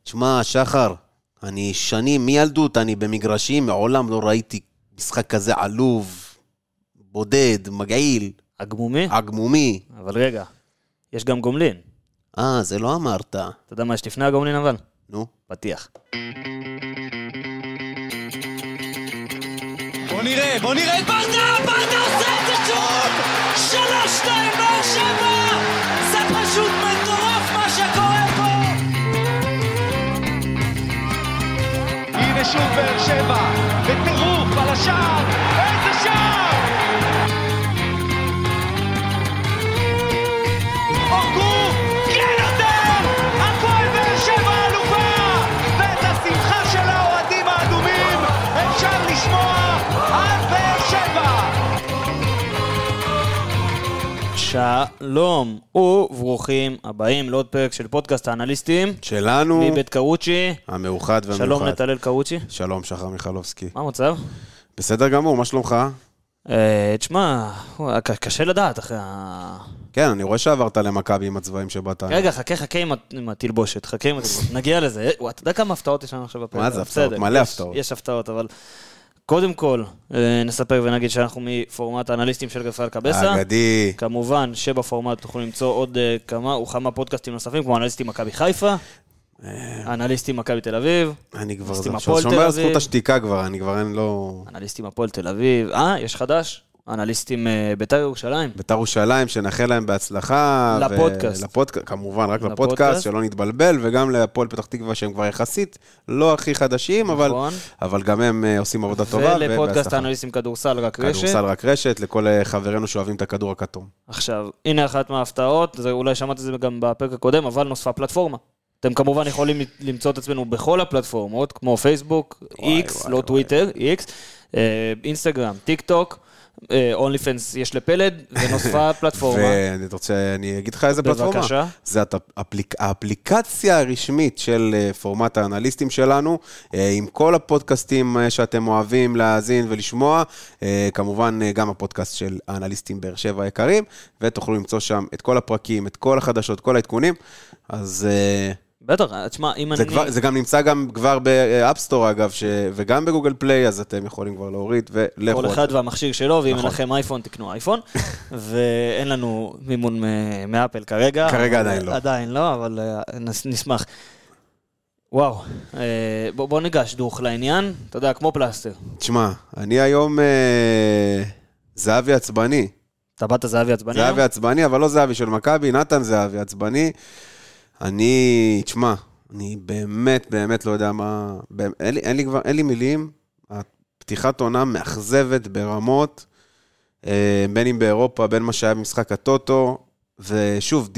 תשמע, שחר, אני שנים, מילדות, אני במגרשים, מעולם לא ראיתי משחק כזה עלוב, בודד, מגעיל. הגמומי? אבל רגע, יש גם גומלין. זה לא אמרת. אתה יודע מה יש לפני הגומלין אבל? נו. פתיח. בוא נראה את ברדה עושה את זה שוב! 3-2 באר שבע! זה פשוט מטורף מה שקורה פה! הנה שוב באר שבע, בטירוף על השער, איזה שער! אורגו, כן יותר! הפועל באר שבע אלופה! ואת השמחה של האוהדים האדומים אפשר לשמוע על באר שבע! שלום וברוכים הבאים לעוד פרק של פודקאסט האנליסטים שלנו מבית קרוצ'י המאוחד והמיוחד. שלום נתנאל קרוצ'י. שלום שחר מיכלובסקי. מה המצב? בסדר גמור, מה שלומך? תשמע, קשה לדעת אחרי כן, אני רואה שעברת למכבי עם הצבעים שבאת. רגע, חכה עם התלבושת, נגיע לזה. אתה יודע כמה הפתעות יש לנו עכשיו בפרק? מה זה הפתעות? מלא הפתעות. יש הפתעות, אבל קודם כל נספר ונגיד שאנחנו מפורמט האנליסטים של גפרל קבסה. אגדי. כמובן שבפורמט תוכלו למצוא עוד כמה פודקאסטים נוספים, כמו אנליסטים מכבי חיפה, אנליסטים מכבי תל אביב, אני כבר שומר זכות השתיקה כבר, אני כבר אין לו... אנליסטים הפועל תל אביב, יש חדש? אנליסטים בית"ר ירושלים. בית"ר ירושלים, שנאחל להם בהצלחה. לפודקאסט. כמובן, רק לפודקאסט, שלא נתבלבל, וגם להפועל פתח תקווה שהם כבר יחסית לא הכי חדשים, אבל גם הם עושים עבודה טובה. ולפודקאסט האנליסטים כדורסל רק רשת. כדורסל רק רשת, לכל חברינו שאוהבים את הכדור הכתום. עכשיו, הנה אחת מההפתעות, אולי שמעתי זה גם בפרק הקודם, אבל נוספה פלטפורמה. אתם כמובן יכולים למצוא את עצמנו בכל הפלטפורמות, כמו פייסבוק, איקס, לא טוויטר, איקס, אינסטגרם, טיק טוק, אונליפנס יש לפלד, ונוספה פלטפורמה. ואני רוצה, אני אגיד לך איזה פלטפורמה. בבקשה. זה האפליקציה הרשמית של פורמט האנליסטים שלנו, עם כל הפודקאסטים שאתם אוהבים להאזין ולשמוע, כמובן גם הפודקאסט של האנליסטים באר שבע היקרים, ותוכלו למצוא שם את כל הפרקים, את כל החדשות, כל העדכונים, אז... בטח, תשמע, אם אני... זה גם נמצא גם כבר באפסטור, אגב, וגם בגוגל פליי, אז אתם יכולים כבר להוריד ולכו. כל אחד והמכשיר שלו, ואם אין לכם אייפון, תקנו אייפון, ואין לנו מימון מאפל כרגע. כרגע עדיין לא. עדיין לא, אבל נשמח. וואו, בוא ניגש דוך לעניין, אתה יודע, כמו פלסטר. תשמע, אני היום זהבי עצבני. אתה באת זהבי עצבני? זהבי עצבני, אבל לא זהבי של מכבי, נתן זהבי עצבני. תשמע, אני באמת לא יודע מה, אין לי מילים, הפתיחת עונה מאכזבת ברמות, בין אם באירופה, בין מה שהיה במשחק הטוטו, ושוב,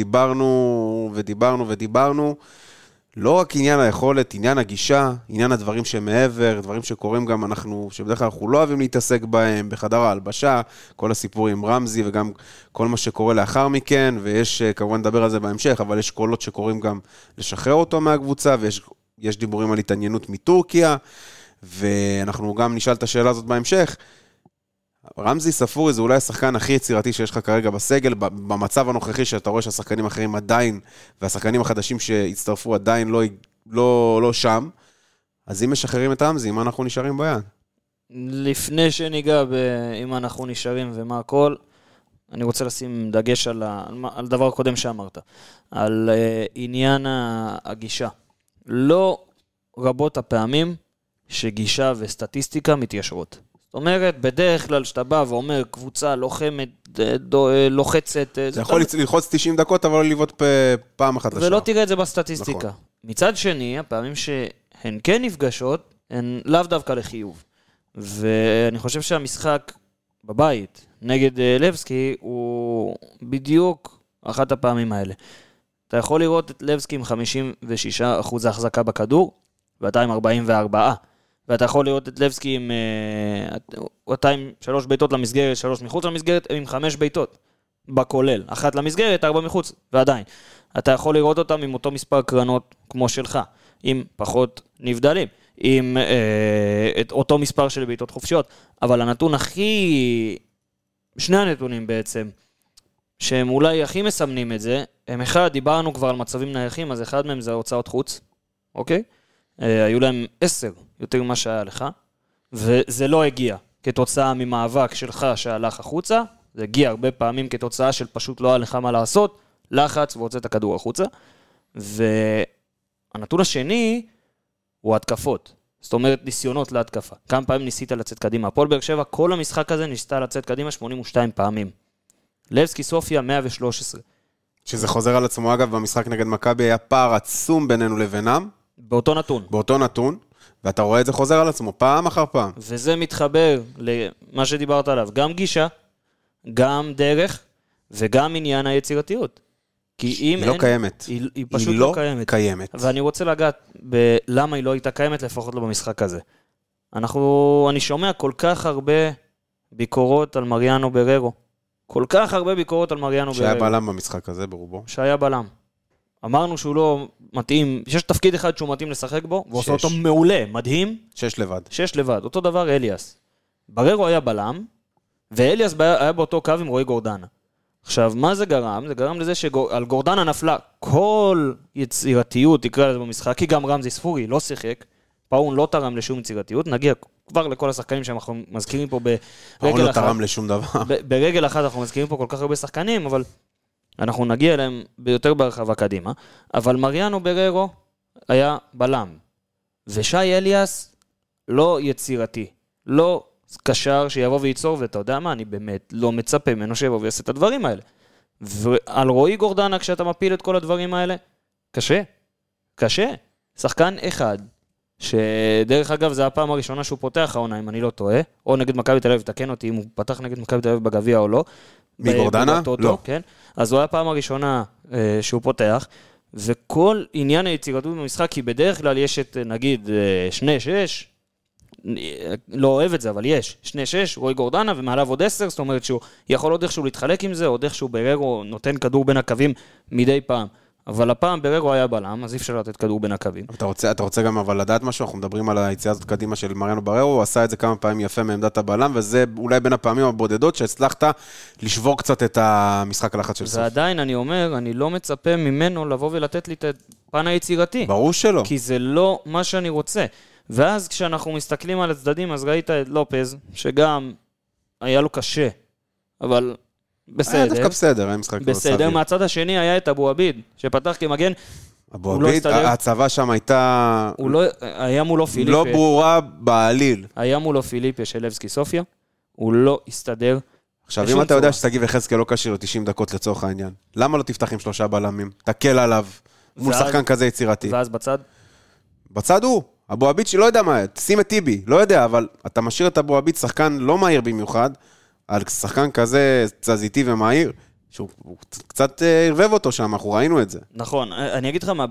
דיברנו, לא רק עניין היכולת, עניין הגישה, עניין הדברים שמעבר, דברים שקורים גם שבדרך כלל אנחנו לא אוהבים להתעסק בהם, בחדר ההלבשה, כל הסיפור עם רמזי וגם כל מה שקורה לאחר מכן, ויש כמובן לדבר על זה בהמשך, אבל יש קולות שקורים גם לשחרר אותו מהקבוצה, ויש דיבורים על התעניינות מטורקיה, ואנחנו גם נשאל את השאלה הזאת בהמשך. רמזי ספורי זה אולי השחקן הכי יצירתי שיש לך כרגע בסגל, במצב הנוכחי שאתה רואה שהשחקנים האחרים עדיין, והשחקנים החדשים שהצטרפו עדיין לא שם, אז אם משחררים את רמזי, מה אנחנו נשארים ביד? לפני שניגע אם אנחנו נשארים ומה הכל, אני רוצה לשים דגש על דבר הקודם שאמרת, על עניין הגישה. לא רבות הפעמים שגישה וסטטיסטיקה מתיישרות. זאת אומרת, בדרך כלל שאתה בא ואומר קבוצה לוחמת, לוחצת... זה יכול ללחוץ 90 דקות, אבל לבעוט פעם אחת לשעה. ולא תראה את זה בסטטיסטיקה. מצד שני, הפעמים שהן כן נפגשות, הן לאו דווקא לחיוב. ואני חושב שהמשחק בבית נגד לבסקי הוא בדיוק אחת הפעמים האלה. אתה יכול לראות את לבסקי עם 56% החזקה בכדור, ו-244%. ואתה יכול לראות את לבסקי עם 3 ביתות למסגרת, 3 מחוץ למסגרת, עם 5 ביתות בכולל. 1 למסגרת, 4 מחוץ, ועדיין. אתה יכול לראות אותם עם אותו מספר קרנות כמו שלך, עם פחות נבדלים, עם את אותו מספר של ביתות חופשיות. אבל הנתון שני הנתונים בעצם, שהם אולי הכי מסמנים את זה, הם אחד, דיברנו כבר על מצבים נייחים, אז אחד מהם זה הוצאות חוץ. אוקיי? היו להם 10 יותר ממה שהיה לך, וזה לא הגיע כתוצאה ממאבק שלך שהלך החוצה, זה הגיע הרבה פעמים כתוצאה של פשוט לא היה לך מה לעשות, לחץ והוצא את הכדור החוצה, והנתון השני הוא התקפות. זאת אומרת, ניסיונות להתקפה. כמה פעמים ניסית לצאת קדימה? הפועל באר שבע, כל המשחק הזה ניסתה לצאת קדימה 82 פעמים. לבסקי סופיה 113. שזה חוזר על עצמו, אגב, במשחק נגד מכבי היה פער עצום בינינו לבינם. באותו נתון. באותו נתון, ואתה רואה את זה חוזר על עצמו, פעם אחר פעם. וזה מתחבר למה שדיברת עליו, גם גישה, גם דרך, וגם עניין היצירתיות. כי אם היא לא קיימת. היא פשוט לא קיימת. ואני רוצה לגעת בלמה היא לא הייתה קיימת, לפחות לא במשחק הזה. אני שומע כל כך הרבה ביקורות על מריאנו בררו. כל כך הרבה ביקורות על מריאנו בררו. שהיה בלם במשחק הזה ברובו. שהיה בלם. אמרנו שהוא לא מתאים, יש תפקיד אחד שהוא מתאים לשחק בו, והוא עושה אותו מעולה, מדהים. 6 לבד. 6 לבד. אותו דבר אליאס. בררו היה בלם, ואליאס היה באותו קו עם רועי גורדנה. עכשיו, מה זה גרם? זה גרם לזה שעל גורדנה נפלה כל יצירתיות, תקרא לזה במשחק, כי גם רמזי ספורי לא שיחק, פאון לא תרם לשום יצירתיות, נגיע כבר לכל השחקנים שאנחנו מזכירים פה ברגל אחת. פאון לא תרם לשום דבר. ברגל אחת אנחנו מזכירים פה כל כך הרבה שחקנים, אבל אנחנו נגיע אליהם ביותר ברחבה קדימה. אבל מריאנו בררו היה בלם, ושי אליאס לא יצירתי, לא קשר שיבוא וייצור, ואתה יודע מה, אני באמת לא מצפה ממנו שיבוא ויעשה את הדברים האלה. ועל רועי גורדנה, כשאתה מפיל את כל הדברים האלה, קשה. קשה. שחקן אחד, שדרך אגב, זה הפעם הראשונה שהוא פותח העונה, אם אני לא טועה, או נגד מכבי תל אביב, תקן אותי אם הוא פתח נגד מכבי תל אביב בגביע או לא. מגורדנה? לא. כן. אז הוא היה הפעם הראשונה שהוא פותח, וכל עניין היצירתיות במשחק, כי בדרך כלל יש את, נגיד, 2-6, לא אוהב את זה, אבל יש 2-6, רועי גורדנה, ומעליו עוד 10, זאת אומרת שהוא יכול עוד איכשהו להתחלק עם זה, עוד איכשהו בררו נותן כדור בין הקווים מדי פעם. אבל הפעם בררו היה בלם, אז אי אפשר לתת כדור בין הקווים. אתה רוצה גם אבל לדעת משהו, אנחנו מדברים על היציאה הזאת קדימה של מריאנו בררו, הוא עשה את זה כמה פעמים יפה מעמדת הבלם, וזה אולי בין הפעמים הבודדות שהצלחת לשבור קצת את המשחק הלחץ של סוף. ועדיין אני אומר, אני לא מצפה ממנו לבוא ולתת לי את הפן היצירתי. ברור שלא. כי זה לא מה שאני רוצה. ואז כשאנחנו מסתכלים על הצדדים, אז ראית את לופז, שגם היה לו קשה, אבל בסדר. היה דווקא בסדר, היה משחק בסדר, מהצד השני היה את אבו עביד, שפתח כמגן, אבו עביד, הצבא שם הייתה... היה מולו פיליפה. לא ברורה בעליל. היה מולו פיליפה של לבסקי סופיה, הוא לא הסתדר. עכשיו, אם אתה יודע שסגיב וחזקאל לא קשיר לו 90 דקות לצורך העניין, למה לא תפתח עם 3 בלמים? תקל עליו, מול שחקן כזה יצירתי. ואז בצד? בצד הוא. אבו עביד שלא יודע מה, שים את טיבי, לא יודע, אבל אתה משאיר את אבו עביד שחקן לא מהיר במיוחד, על שחקן כזה תזזיתי ומהיר, שהוא קצת הרבב אותו שם, אנחנו ראינו את זה. נכון, אני אגיד לך מה,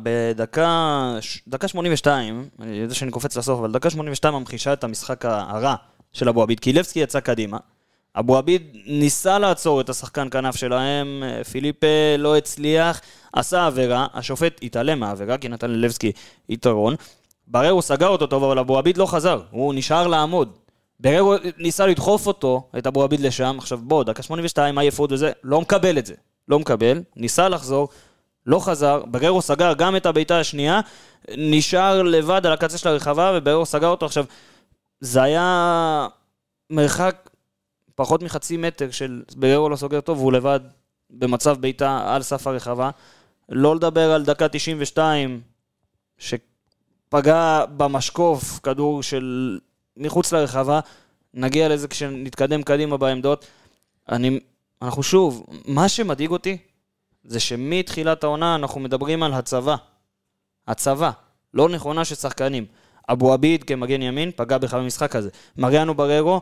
בדקה 82, אני יודע שאני קופץ לסוף, אבל דקה 82 ממחישה את המשחק הרע של אבו עביד, כי לבסקי יצא קדימה, אבו עביד ניסה לעצור את השחקן כנף שלהם, פיליפה לא הצליח, עשה עבירה, השופט התעלם מהעבירה, כי נתן ללבסקי יתרון, בררו סגר אותו טוב, אבל אבו עביד לא חזר, הוא נשאר לעמוד. בררו ניסה לדחוף אותו, את אבו עביד לשם, עכשיו בוא, דקה 82, עייפות וזה, לא מקבל את זה. לא מקבל, ניסה לחזור, לא חזר, בררו סגר גם את הביתה השנייה, נשאר לבד על הקצה של הרחבה, ובררו סגר אותו. עכשיו, זה היה מרחק פחות מחצי מטר של בררו לא סוגר טוב, והוא לבד במצב ביתה על סף הרחבה. לא לדבר על דקה 92, פגע במשקוף, כדור של מחוץ לרחבה, נגיע לזה כשנתקדם קדימה בעמדות. אנחנו שוב, מה שמדאיג אותי, זה שמתחילת העונה אנחנו מדברים על הצבא, לא נכונה של שחקנים. אבו עביד כמגן ימין, פגע בך במשחק הזה. מריאנו בררו,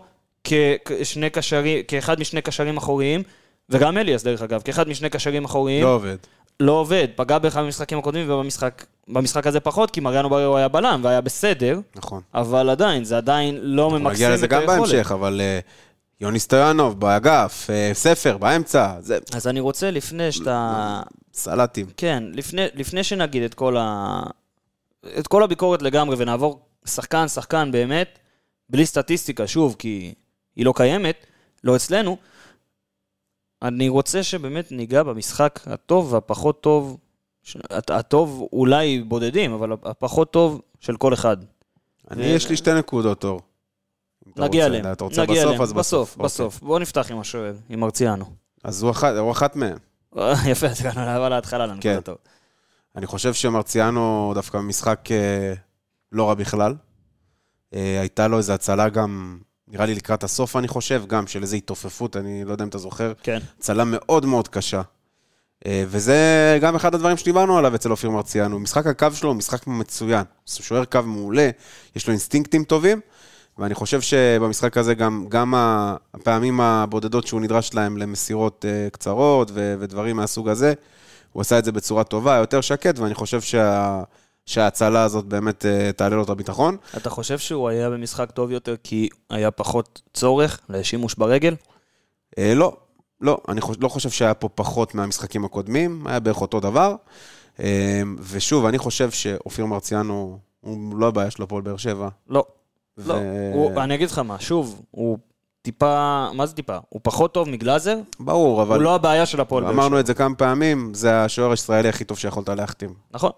כאחד משני קשרים אחוריים, וגם אליאס דרך אגב, כאחד משני קשרים אחוריים. לא עובד, פגע בך במשחקים הקודמים, ובמשחק הזה פחות, כי מריאנו בררו היה בלם, והיה בסדר, נכון. אבל עדיין, זה עדיין לא ממקסם את היכולת. נגיע לזה גם בהמשך, אבל יוני סטויאנוב באגף, ספר, באמצע. אז אני רוצה לפני שאתה... סלטים. כן, לפני שנגיד את כל הביקורת לגמרי, ונעבור שחקן באמת, בלי סטטיסטיקה, שוב, כי היא לא קיימת, לא אצלנו, אני רוצה שבאמת ניגע במשחק הטוב והפחות טוב הטוב אולי בודדים, אבל הפחות טוב של כל אחד. יש לי 2 נקודות, אור. נגיע אליהם. אתה רוצה בסוף, אז בסוף. בסוף. בואו נפתח עם השוער, עם מרציאנו. אז הוא אחת מהם. יפה, תקענו לעבר להתחלה לנקודה טוב. אני חושב שמרציאנו דווקא במשחק לא רע בכלל. הייתה לו איזו הצלה גם, נראה לי לקראת הסוף, אני חושב, גם של איזו התעופפות, אני לא יודע אם אתה זוכר. כן. הצלה מאוד מאוד קשה. וזה גם אחד הדברים שדיברנו עליו אצל אופיר מרציאנו. משחק הקו שלו הוא משחק מצוין. שוער קו מעולה, יש לו אינסטינקטים טובים, ואני חושב שבמשחק הזה גם הפעמים הבודדות שהוא נדרש להם למסירות קצרות ודברים מהסוג הזה, הוא עשה את זה בצורה טובה, יותר שקט, ואני חושב שההצלה הזאת באמת תעלה לו את הביטחון. אתה חושב שהוא היה במשחק טוב יותר כי היה פחות צורך לשימוש ברגל? לא, אני לא חושב שהיה פה פחות מהמשחקים הקודמים, היה בערך אותו דבר, ושוב, אני חושב שאופיר מרציאנו, הוא לא הבעיה שלו פה לבאר שבע. לא. אני אגיד לך מה, שוב, הוא טיפה, מה זה טיפה? הוא פחות טוב מגלאזר? ברור, אבל... הוא לא הבעיה של הפועל באר שבע. אמרנו את זה כמה פעמים, זה השוער הישראלי הכי טוב שיכולת להחתים. נכון.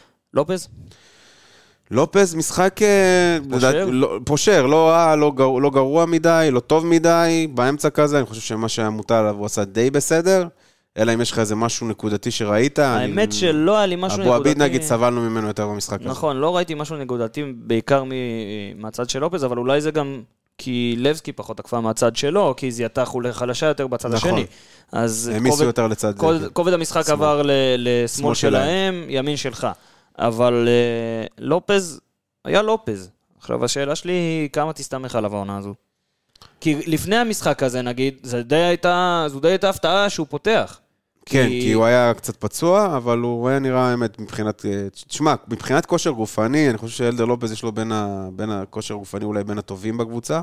לופז משחק פושר, לא גרוע מדי, לא טוב מדי, באמצע כזה, אני חושב שמה שהיה מוטל עליו הוא עשה די בסדר, אלא אם יש לך איזה משהו נקודתי שראית. האמת שלא היה לי משהו נקודתי. אבו עביד נגיד סבלנו ממנו יותר במשחק הזה. נכון, לא ראיתי משהו נקודתי בעיקר מהצד של לופז, אבל אולי זה גם כי לבסקי פחות עקפה מהצד שלו, כי זייתה חלשה יותר בצד השני. אז המיסו יותר לצד זה. כובד המשחק עבר לשמאל שלהם, ימין שלך. אבל לופז, היה לופז. עכשיו השאלה שלי היא כמה תסתמך עליו העונה הזו. כי לפני המשחק הזה נגיד, זו די הייתה הפתעה שהוא פותח. כן, כי הוא היה קצת פצוע, אבל הוא היה נראה האמת מבחינת כושר גופני, אני חושב שאלדר לופז יש לו בין הכושר גופני אולי בין הטובים בקבוצה,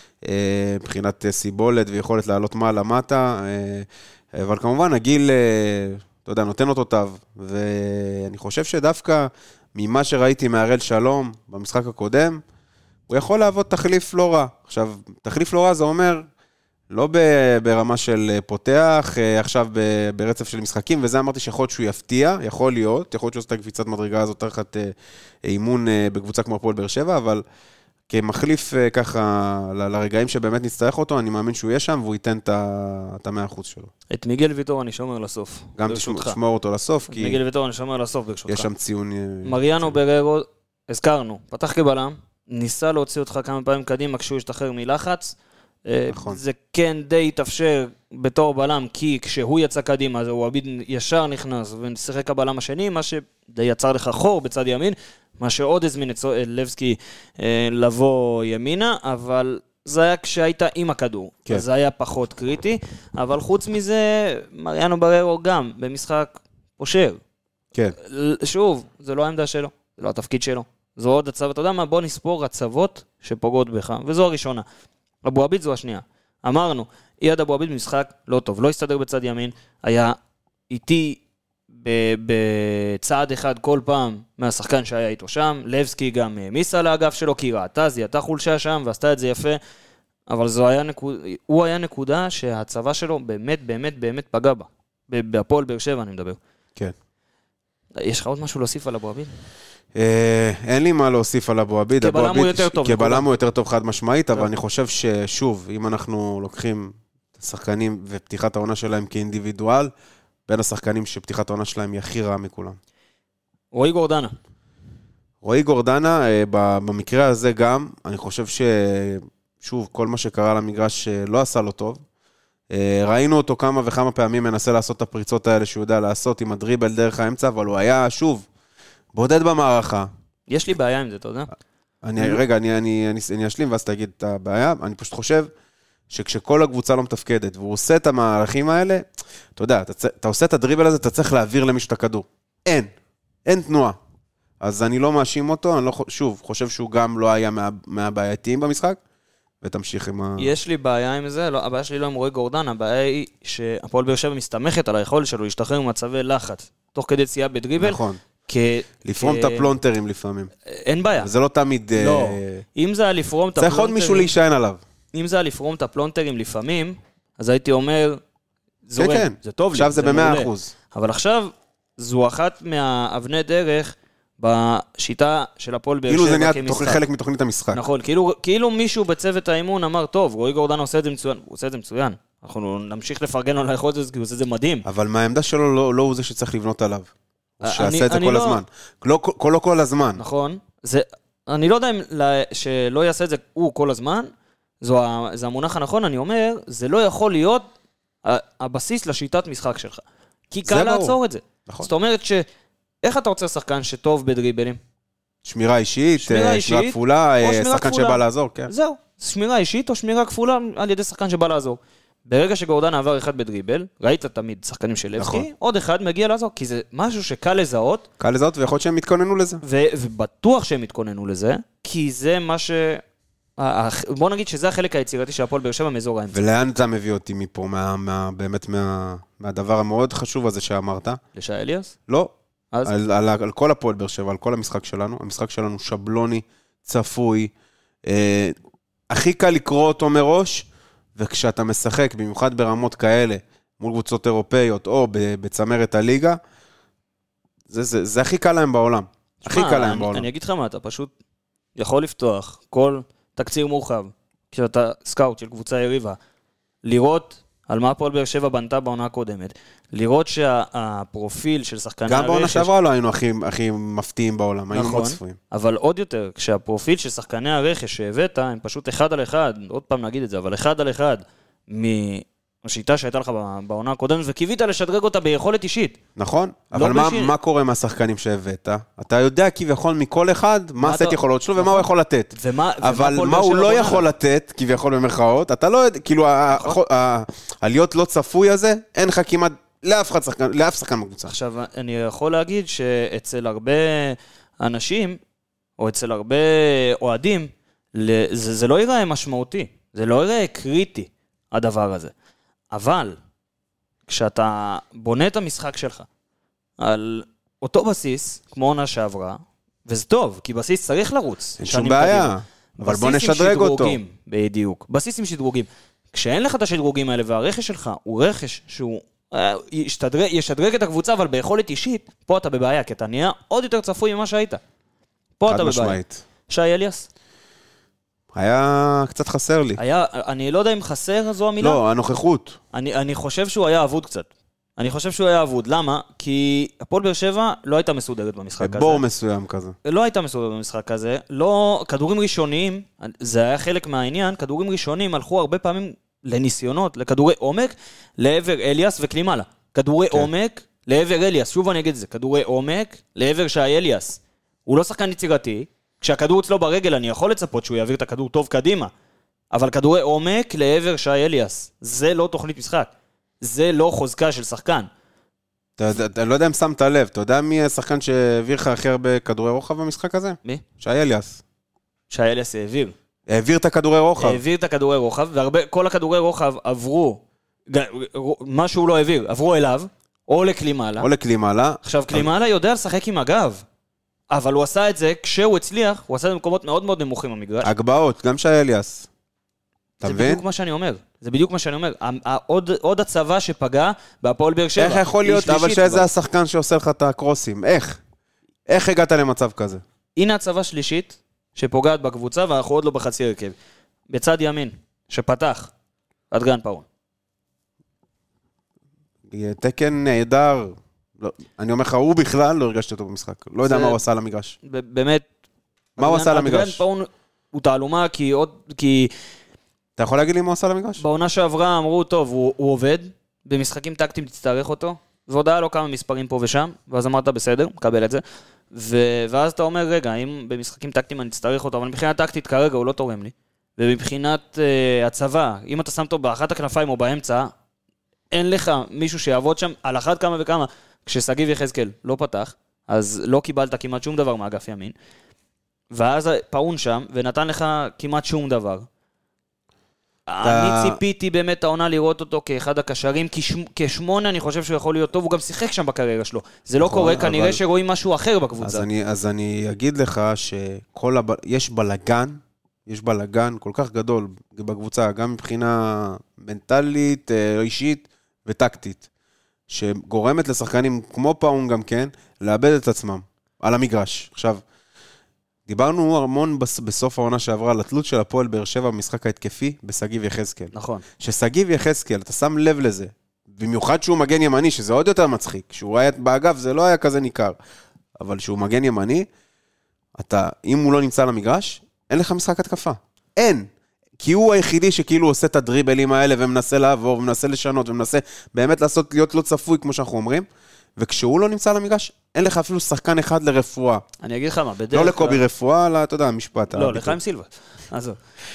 מבחינת סיבולת ויכולת לעלות מעלה מטה, אבל כמובן הגיל, אתה יודע, נותן אותו טוב, ואני חושב שדווקא ממה שראיתי מהראל שלום במשחק הקודם, הוא יכול לעבוד תחליף לא רע. עכשיו, תחליף לא רע זה אומר, לא ברמה של פותח, עכשיו ברצף של משחקים, וזה אמרתי שיכול להיות שהוא יפתיע, יכול להיות שהוא עושה את הקפיצת מדרגה הזאת תחת אימון בקבוצה כמו הפועל באר שבע, אבל כמחליף ככה לרגעים שבאמת נצטרך אותו, אני מאמין שהוא יהיה שם, והוא ייתן את ה-100% שלו. את מיגל ויטור אני שומר לסוף. גם תשמור אותו לסוף, כי... מיגל ויטור אני שומר לסוף ברשותך. יש שם ציון... מריאנו בררו, הזכרנו, פתח כבלם, ניסה להוציא אותך כמה פעמים קדימה כשהוא ישתחרר מלחץ, נכון. זה כן די התאפשר בתור בלם, כי כשהוא יצא קדימה, הוא עביד ישר נכנס ושיחק הבלם השני, מה שדי יצר לך חור בצד ימין, מה שעוד הזמין את לבסקי לבוא ימינה, אבל זה היה כשהיית עם הכדור, כן. אז זה היה פחות קריטי, אבל חוץ מזה, מריאנו בררו גם במשחק פושר. כן. שוב, זה לא העמדה שלו, זה לא התפקיד שלו, זו עוד הצוות, אתה יודע מה, בוא נספור הצוות שפוגעות בך, וזו הראשונה. אבו עביד זו השנייה. אמרנו, אייד אבו עביד במשחק לא טוב, לא הסתדר בצד ימין, היה איתי בצעד אחד כל פעם מהשחקן שהיה איתו שם, לבסקי גם מיסה לאגף שלו, כי ראתה, זייתה חולשה שם ועשתה את זה יפה, אבל הוא היה נקודה שהצבא שלו באמת באמת באמת פגע בה. בהפועל באר שבע אני מדבר. כן. יש לך עוד משהו להוסיף על אבו עביד? אין לי מה להוסיף על אבו עביד. כבלם הוא יותר טוב. כבלם הוא יותר טוב חד משמעית, אבל אני חושב ששוב, אם אנחנו לוקחים את השחקנים ופתיחת העונה שלהם כאינדיבידואל, בין השחקנים שפתיחת העונה שלהם היא הכי רעה מכולם. רועי גורדנה, במקרה הזה גם, אני חושב ששוב, כל מה שקרה למגרש לא עשה לו טוב. ראינו אותו כמה וכמה פעמים מנסה לעשות את הפריצות האלה שהוא יודע לעשות עם הדריבל דרך האמצע, אבל הוא היה שוב בודד במערכה. יש לי בעיה עם זה, אתה יודע? רגע, אני אשלים ואז תגיד את הבעיה. אני פשוט חושב שכשכל הקבוצה לא מתפקדת, והוא עושה את המהלכים האלה, אתה יודע, אתה עושה את הדריבל הזה, אתה צריך להעביר למישהו את הכדור. אין תנועה. אז אני לא מאשים אותו, אני לא, שוב, חושב שהוא גם לא היה מהבעייתיים במשחק, ותמשיך עם יש לי בעיה עם זה, לא, הבעיה שלי לא עם רועי גורדן, הבעיה היא שהפועל באר שבע מסתמכת על היכולת שלו להשתחרר ממצבי לחץ, תוך כדי צייה בדריבל. נכון. לפרום את הפלונטרים לפעמים. אין בעיה. וזה לא תמיד... לא. אם זה היה לפרום את הפלונטרים... צריך עוד מישהו להישען עליו. אם זה היה לפרום את הפלונטרים לפעמים, אז הייתי אומר, זורם, כן. זה טוב עכשיו לי. זה ב100%. אבל עכשיו, זו אחת מהאבני דרך בשיטה של הפועל באר שבע כאילו כמשחק. זה נהיה חלק מתוכנית המשחק. נכון, כאילו מישהו בצוות האימון אמר, טוב, רועי גורדנה עושה את זה מצוין, הוא עושה את זה מצוין. אנחנו נמשיך לפרגן על היכולת הזאת, כי הוא עושה את זה מדהים. אבל מהעמדה שלו לא הוא זה שצריך לבנות עליו. הוא שיעשה את זה כל הזמן. לא כל הזמן. נכון. אני לא יודע אם שלא יעשה את זה הוא כל הזמן, זה המונח הנכון, אני אומר, זה לא יכול להיות הבסיס לשיטת משחק שלך. כי קל לעצור את זה. נכון. זאת אומרת איך אתה רוצה שחקן שטוב בדריבלים? שמירה אישית, שמירה כפולה, שחקן שבא לעזור, כן. זהו, שמירה אישית או שמירה כפולה על ידי שחקן שבא לעזור. ברגע שגורדנה עבר אחד בדריבל, ראית תמיד שחקנים של לבסקי, עוד אחד מגיע לעזור, כי זה משהו שקל לזהות. קל לזהות, ויכול להיות שהם מתכוננו לזה. ובטוח שהם מתכוננו לזה, כי זה מה בוא נגיד שזה החלק היצירתי של הפועל באר שבע מאזור האמצע. ולאן אתה מביא אותי מפה, באמת מהדבר המאוד חשוב הזה שאמרת? לשי אליאס? לא. על כל הפועל באר שבע, על כל המשחק שלנו. המשחק שלנו שבלוני, צפוי, הכי קל לקרוא אותו מראש, וכשאתה משחק, במיוחד ברמות כאלה, מול קבוצות אירופאיות, או בצמרת הליגה, זה הכי קל להם בעולם. הכי קל להם בעולם. אני אגיד לך מה, אתה פשוט יכול לפתוח כל תקציר מורחב, כשאתה סקאוט של קבוצה יריבה, לראות על מה הפועל באר שבע בנתה בעונה הקודמת, לראות שהפרופיל של שחקני הרכש... גם בעונה שעברה לא היינו הכי מפתיעים בעולם, היינו מאוד צפויים. אבל עוד יותר, כשהפרופיל של שחקני הרכש שהבאת, הם פשוט אחד על אחד, עוד פעם נגיד את זה, אבל אחד על אחד, מהשיטה שהייתה לך בעונה הקודמת, וקיווית לשדרג אותה ביכולת אישית. נכון, אבל מה קורה מהשחקנים שהבאת? אתה יודע כביכול מכל אחד, מה הסט יכולות שלו ומה הוא יכול לתת. אבל מה הוא לא יכול לתת, כביכול במרכאות, אתה לא יודע, כאילו, העליות לא צפוי הזה, אין לך כמעט לאף שחקן בקבוצה. עכשיו, אני יכול להגיד שאצל הרבה אנשים, או אצל הרבה אוהדים, זה לא ייראה משמעותי, זה לא ייראה קריטי, הדבר הזה. אבל, כשאתה בונה את המשחק שלך, על אותו בסיס, כמו עונה שעברה, וזה טוב, כי בסיס צריך לרוץ. אין שום בעיה, אבל בוא נשדרג אותו. בדיוק, בסיס עם שדרוגים. כשאין לך את השדרוגים האלה, והרכש שלך הוא רכש שהוא ישדרג את הקבוצה, אבל ביכולת אישית, פה אתה בבעיה, כי אתה נהיה עוד יותר צפוי ממה שהיית. פה אתה בבעיה. שי אליאס? היה קצת חסר לי. אני לא יודע אם חסר זו המילה. לא, הנוכחות. אני חושב שהוא היה עבוד קצת. אני חושב שהוא היה עבוד. למה? כי הפועל באר שבע לא הייתה מסודרת במשחק הזה. בור מסוים כזה. לא הייתה מסודרת במשחק הזה. לא, כדורים ראשונים, זה היה חלק מהעניין, כדורים ראשונים הלכו הרבה פעמים לניסיונות, לכדורי עומק, לעבר אליאס וקלימלה. כדורי עומק, לעבר אליאס. שוב אני אגיד את זה. כדורי עומק, לעבר שי אליאס. הוא לא שחקן יצירתי. כשהכדור אצלו ברגל, אני יכול לצפות שהוא יעביר את הכדור טוב קדימה. אבל כדורי עומק לעבר שי אליאס. זה לא תוכנית משחק. זה לא חוזקה של שחקן. אתה לא יודע אם שמת לב. אתה יודע מי השחקן שהעביר לך הכי הרבה כדורי רוחב במשחק הזה? מי? שי אליאס. שי אליאס העביר. העביר את הכדורי רוחב. העביר את הכדורי רוחב, וכל הכדורי רוחב עברו, מה שהוא לא העביר, עברו אליו, או לקלימלה. או לקלימלה. עכשיו, קלימלה יודע לשחק עם הגב. אבל הוא עשה את זה, כשהוא הצליח, הוא עשה את זה במקומות מאוד מאוד נמוכים במגרש. הגבעות, גם שי אליאס. זה בדיוק מה שאני אומר. זה בדיוק מה שאני אומר. עוד הצבא שפגע בהפועל באר שבע. איך יכול להיות, אבל שזה השחקן שעושה לך את הקרוסים? איך הגעת למצב כזה? הנה הצבא שלישית, שפוגעת בקבוצה, ואנחנו עוד לא בחצי הרכב. בצד ימין, שפתח, אדגן פאון. תקן נהדר. אני אומר לך, הוא בכלל לא הרגשתי אותו במשחק. לא יודע מה הוא עשה על המגרש. באמת. מה הוא עשה על המגרש? אדגן פאון הוא תעלומה, כי... אתה יכול להגיד לי מה הוא עשה על המגרש? בעונה שעברה אמרו, טוב, הוא עובד, במשחקים טקטיים תצטרך אותו, ועוד היה לו כמה מספרים פה ושם, ואז אמרת, בסדר, מקבל את זה. ואז אתה אומר, רגע, אם במשחקים טקטיים אני אצטרך אותו, אבל מבחינת טקטית כרגע הוא לא תורם לי. ומבחינת הצבא, אם אתה שם אותו באחת הכנפיים או באמצע, אין לך מישהו שיעבוד שם על אחת כמה וכמה. כשסגיב יחזקאל לא פתח, אז לא קיבלת כמעט שום דבר מאגף ימין. ואז פאון שם, ונתן לך כמעט שום דבר. אני ציפיתי באמת העונה לראות אותו כאחד הקשרים, כשמונה אני חושב שהוא יכול להיות טוב, הוא גם שיחק שם בקריירה שלו. זה לא קורה, כנראה שרואים משהו אחר בקבוצה. אז אני אגיד לך שיש בלגן כל כך גדול בקבוצה, גם מבחינה מנטלית, אישית וטקטית. שגורמת לשחקנים כמו פאון גם כן, לאבד את עצמם על המגרש. עכשיו, דיברנו המון בסוף העונה שעברה על התלות של הפועל באר שבע במשחק ההתקפי בסגיב יחזקאל. נכון. שסגיב יחזקאל, אתה שם לב לזה, במיוחד שהוא מגן ימני, שזה עוד יותר מצחיק. כשהוא היה באגף זה לא היה כזה ניכר, אבל שהוא מגן ימני, אם הוא לא נמצא על המגרש, אין לך משחק התקפה. אין. כי הוא היחידי שכאילו עושה את הדריבלים האלה, ומנסה לעבור, ומנסה לשנות, ומנסה באמת להיות לא צפוי, כמו שאנחנו אומרים. וכשהוא לא נמצא על המגרש, אין לך אפילו שחקן אחד לרפואה. אני אגיד לך מה, בדרך לא לקובי רפואה, אלא, אתה יודע, המשפט. לא, לחיים סילבה. אז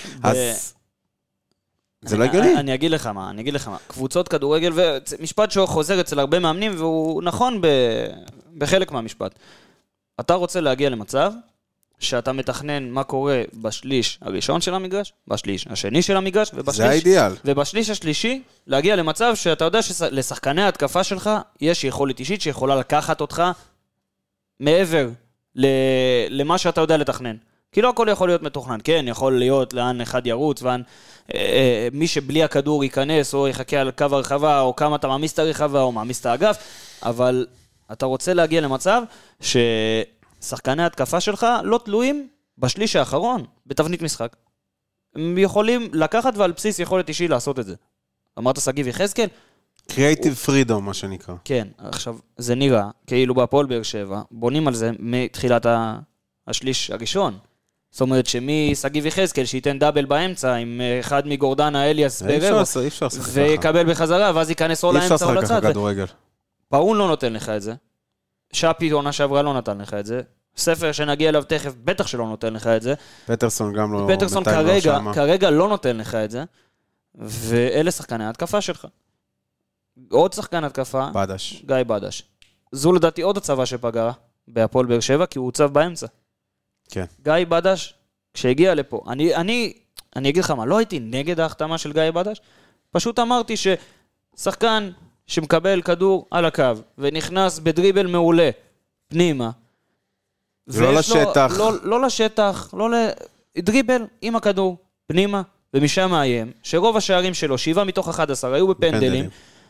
זה לא הגיוני. אני אגיד לך מה. קבוצות כדורגל, ומשפט שחוזר אצל הרבה מאמנים, והוא נכון בחלק מהמשפט. אתה רוצה להגיע למצב שאתה מתכנן מה קורה בשליש הראשון של המגרש, בשליש השני של המגרש, זה האידיאל. ובשליש השלישי, להגיע למצב שאתה יודע שלשחקני ההתקפה שלך, יש יכולת אישית שיכולה לקחת אותך מעבר למה שאתה יודע לתכנן. כי לא הכל יכול להיות מתוכנן. כן, יכול להיות לאן אחד ירוץ, מי שבלי הכדור ייכנס, או יחכה על קו הרחבה, או כמה אתה מעמיס את הרחבה, או מעמיס את האגף, אבל אתה רוצה להגיע למצב ששחקני ההתקפה שלך לא תלויים בשליש האחרון, בתבנית משחק. הם יכולים לקחת ועל בסיס יכולת אישי לעשות את זה. אמרת סגיב יחזקאל? Creative freedom, מה שנקרא. כן, עכשיו, זה נראה, כאילו בהפועל באר שבע, בונים על זה מתחילת השליש הראשון. זאת אומרת שמי סגיב יחזקאל שייתן דאבל באמצע עם אחד מגורדנה אליאס ברבע, ויקבל בחזרה, ואז ייכנס או לאמצע או לצד. פאון לא נותן לך את זה. שפי עונה שעברה לא נתן לך את זה. ספר שנגיע אליו תכף, בטח שלא נותן לך את זה. פטרסון גם לא... פטרסון כרגע לא נותן לך את זה. ואלה שחקני ההתקפה שלך. עוד שחקן התקפה. בדש. גיא בדש. זו לדעתי עוד הצבה שפגרה בהפועל באר שבע, כי הוא הוצב באמצע. כן. גיא בדש, כשהגיע לפה, אני אגיד לך מה, לא הייתי נגד ההחתמה של גיא בדש, פשוט אמרתי ששחקן שמקבל כדור על הקו, ונכנס בדריבל מעולה, פנימה, ולא לשטח. לא לשטח, דריבל עם הכדור, פנימה, ומשם מאיים, שרוב השערים שלו, 7 מתוך 11, היו בפנדלים,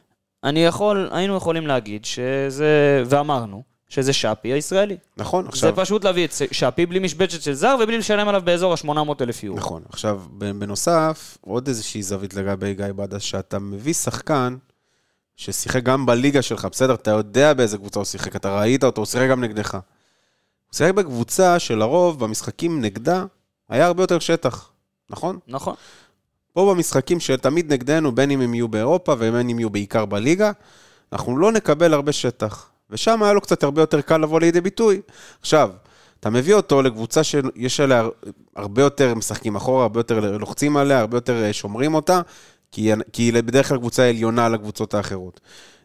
היינו יכולים להגיד שזה, ואמרנו, שזה שפי הישראלי. נכון, עכשיו... זה פשוט להביא את שפי בלי משבצת של זר, ובלי לשלם עליו באזור ה-800,000 יורו. נכון, עכשיו, בנוסף, עוד איזושהי זווית לגבי גיא בדש, שאתה מביא שחקן ששיחק גם בליגה שלך, בסדר, אתה יודע באיזה קבוצה הוא שיחק, אתה ראית אותו, הוא שיחק גם נגדך. הוא שיחק בקבוצה שלרוב, במשחקים נגדה, היה הרבה יותר שטח, נכון? נכון. פה במשחקים שתמיד נגדנו, בין אם הם יהיו באירופה, ובין אם יהיו בעיקר בליגה, אנחנו לא נקבל הרבה שטח. ושם היה לו קצת הרבה יותר קל לבוא לידי ביטוי. עכשיו, אתה מביא אותו לקבוצה שיש עליה הרבה יותר משחקים אחורה, הרבה יותר לוחצים עליה, הרבה יותר שומרים אותה, כי היא בדרך כלל קבוצה עליונה לקבוצות האחרות.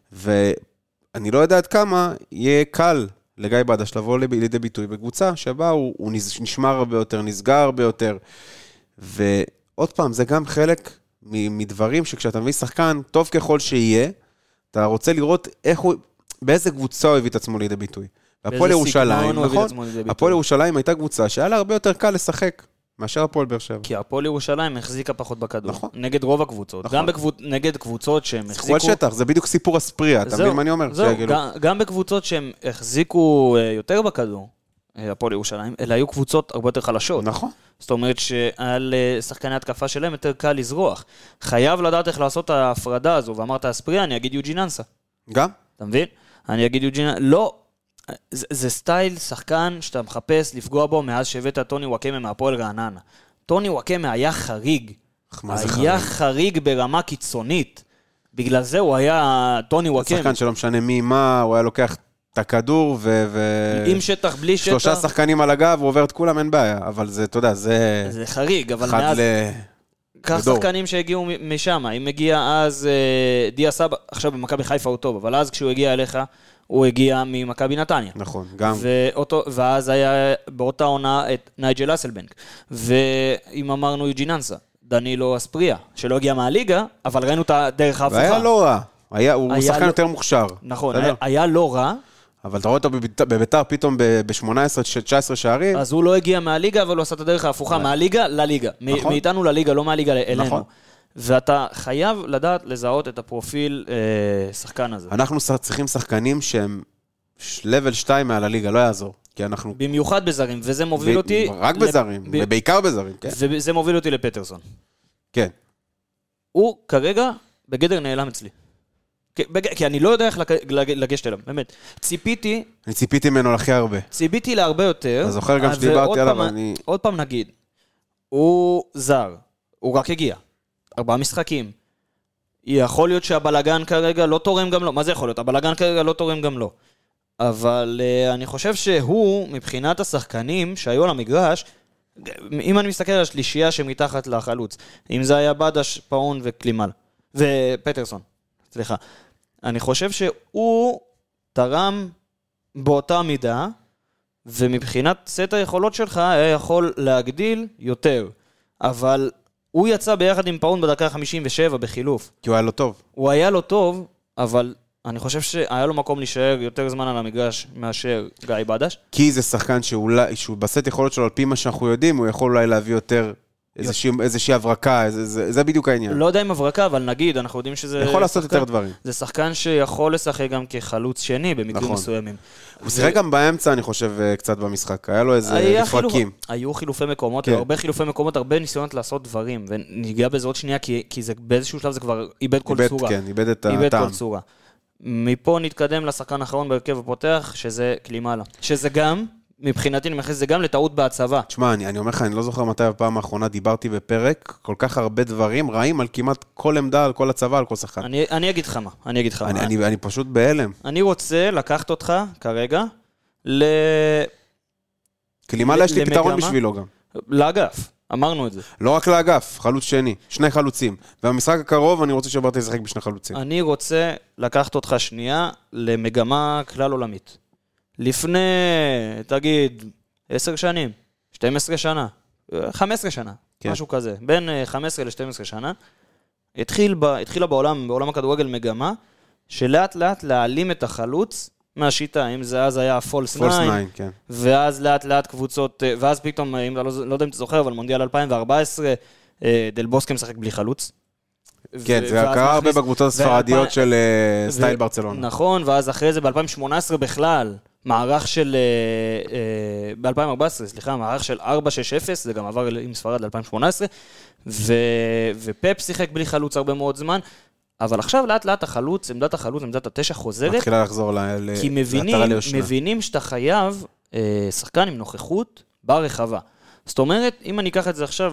ואני לא יודע עד כמה יהיה קל לגיא בדש לבוא לידי ביטוי בקבוצה שבה הוא נשמר הרבה יותר, נסגר הרבה יותר. ועוד פעם, זה גם חלק מדברים שכשאתה מביא שחקן, טוב ככל שיהיה, אתה רוצה לראות איך הוא... באיזה קבוצה הוא הביא את עצמו לידי ביטוי. הפועל ירושלים, נכון? הפועל ירושלים הייתה קבוצה שהיה לה הרבה יותר קל לשחק מאשר הפועל באר שבע. כי הפועל ירושלים החזיקה פחות בכדור. נכון. נגד רוב הקבוצות. גם נגד קבוצות שהם החזיקו... כל שטח, זה בדיוק סיפור הספריה, אתה מבין מה אני אומר? זהו, גם בקבוצות שהם החזיקו יותר בכדור, הפועל ירושלים, אלה היו קבוצות הרבה יותר חלשות. נכון. זאת אומרת שעל שחקני התקפה שלהם יותר קל לזרוח. חייב לדעת איך לעשות את ההפרדה הזו, ואמרת הספריה, אני אגיד יוג'ין אנסה. גם? אתה מבין? אני אגיד יוג'ין, לא, זה סטייל שחקן שאתה מחפש לפגוע בו מאז שהבאת טוני וואקמה מהפועל רעננה. טוני וואקמה היה חריג. היה חריג ברמה קיצונית. בגלל זה הוא היה טוני וואקמה. שחקן שלא משנה מי מה, הוא היה לוקח את הכדור עם שטח, בלי שטח. 3 שחקנים על הגב, הוא עובר את כולם, אין בעיה. אבל זה, אתה יודע, זה חריג, אבל מאז... כך שחקנים שהגיעו משם, אם מגיע אז דיה סבא, עכשיו במכבי חיפה הוא טוב, אבל אז כשהוא הגיע אליך, הוא הגיע ממכבי נתניה. נכון, גם. ואז היה באותה עונה את נייג'ל אסלבנק. ואם אמרנו יוג'ין אנסה, דנילו אספריה, שלא הגיע מהליגה, אבל ראינו את הדרך ההפוכה. והיה לא רע, הוא שחקן יותר מוכשר. נכון, היה לא רע. אבל אתה רואה אותו בביתר פתאום ב-18-19 שערים. אז הוא לא הגיע מהליגה, אבל הוא עשה את הדרך ההפוכה, מהליגה לליגה. מאיתנו לליגה, לא מהליגה אלינו. ואתה חייב לדעת לזהות את הפרופיל שחקן הזה. אנחנו צריכים שחקנים שהם level 2 מעל הליגה, לא יעזור. כי אנחנו... במיוחד בזרים, וזה מוביל אותי... רק בזרים, ובעיקר בזרים, כן. וזה מוביל אותי לפטרסון. כן. הוא כרגע בגדר נעלם אצלי. כי אני לא יודע איך לגשת אליו, באמת. אני ציפיתי ממנו הכי הרבה. ציפיתי להרבה יותר. אתה זוכר גם שדיברתי עליו, אני... עוד פעם נגיד, הוא זר, הוא רק הגיע. 4 משחקים. יכול להיות שהבלגן כרגע לא תורם גם לו. מה זה יכול להיות? הבלגן כרגע לא תורם גם לו. אבל אני חושב שהוא, מבחינת השחקנים שהיו על המגרש, אם אני מסתכל על השלישייה שמתחת לחלוץ, אם זה היה בדש, פאון וקלימל, ופטרסון, סליחה. אני חושב שהוא תרם באותה מידה, ומבחינת סט היכולות שלך היה יכול להגדיל יותר. אבל הוא יצא ביחד עם פאון בדקה 57 בחילוף. כי הוא היה לו טוב. הוא היה לו טוב, אבל אני חושב שהיה לו מקום להישאר יותר זמן על המגרש מאשר גיא בדש. כי זה שחקן שהוא בסט יכולות שלו, על פי מה שאנחנו יודעים, הוא יכול אולי להביא יותר איזושהי הברקה, זה בדיוק העניין. לא יודע אם הברקה, אבל נגיד, אנחנו יודעים שזה... יכול לעשות יותר דברים. זה שחקן שיכול לשחק גם כחלוץ שני במקרים מסוימים. הוא שיחק גם באמצע, אני חושב, קצת במשחק. היה לו איזה לפרקים. היו חילופי מקומות, הרבה חילופי מקומות, הרבה ניסיונות לעשות דברים, וניגע בזה עוד שנייה, כי באיזשהו שלב זה כבר איבד כל צורה. כן, איבד את הטעם. מפה נתקדם לשחקן האחרון בהרכב הפותח, שזה קלימאלה. שזה גם, מבחינתי אני מכניס, זה גם לטעות בהצבה. תשמע, אני אומר לך, אני לא זוכר מתי בפעם האחרונה דיברתי בפרק, כל כך הרבה דברים רעים על כמעט כל עמדה, על כל הצבה, על כל שחקן. אני אגיד לך מה, אני פשוט בהלם. אני רוצה לקחת אותך כרגע קלימאלה יש לי פתרון בשבילו גם. לאגף. אמרנו את זה. לא רק לאגף, חלוץ שני, 2 חלוצים. ובמשחק הקרוב אני רוצה שברטה ישחק ב2 חלוצים. אני רוצה לקחת אותך שנייה למגמה כלל עולמית. לפני, תגיד, 10 שנים, 12 שנה, 15 שנה, כן. משהו כזה. בין 15 ל-12 שנה, התחילה בעולם הכדורגל מגמה, שלאט לאט להעלים את החלוץ מהשיטה, אם זה אז היה פולס 9, כן. ואז לאט לאט קבוצות, ואז פתאום, לא יודע אם אתה זוכר, אבל מונדיאל 2014, דל בוסקה משחק בלי חלוץ. כן, זה קרה הרבה בקבוצות הספרדיות של סטייל ברצלונה. נכון, ואז אחרי זה ב-2018 בכלל, מערך של, ב-2014, סליחה, מערך של 4-6-0, זה גם עבר עם ספרד ל-2018, ופפ שיחק בלי חלוץ הרבה מאוד זמן, אבל עכשיו לאט לאט החלוץ, עמדת החלוץ, עמדת ה9 חוזרת. מתחילה לחזור כי מבינים שאתה חייב שחקן עם נוכחות ברחבה. זאת אומרת, אם אני אקח את זה עכשיו...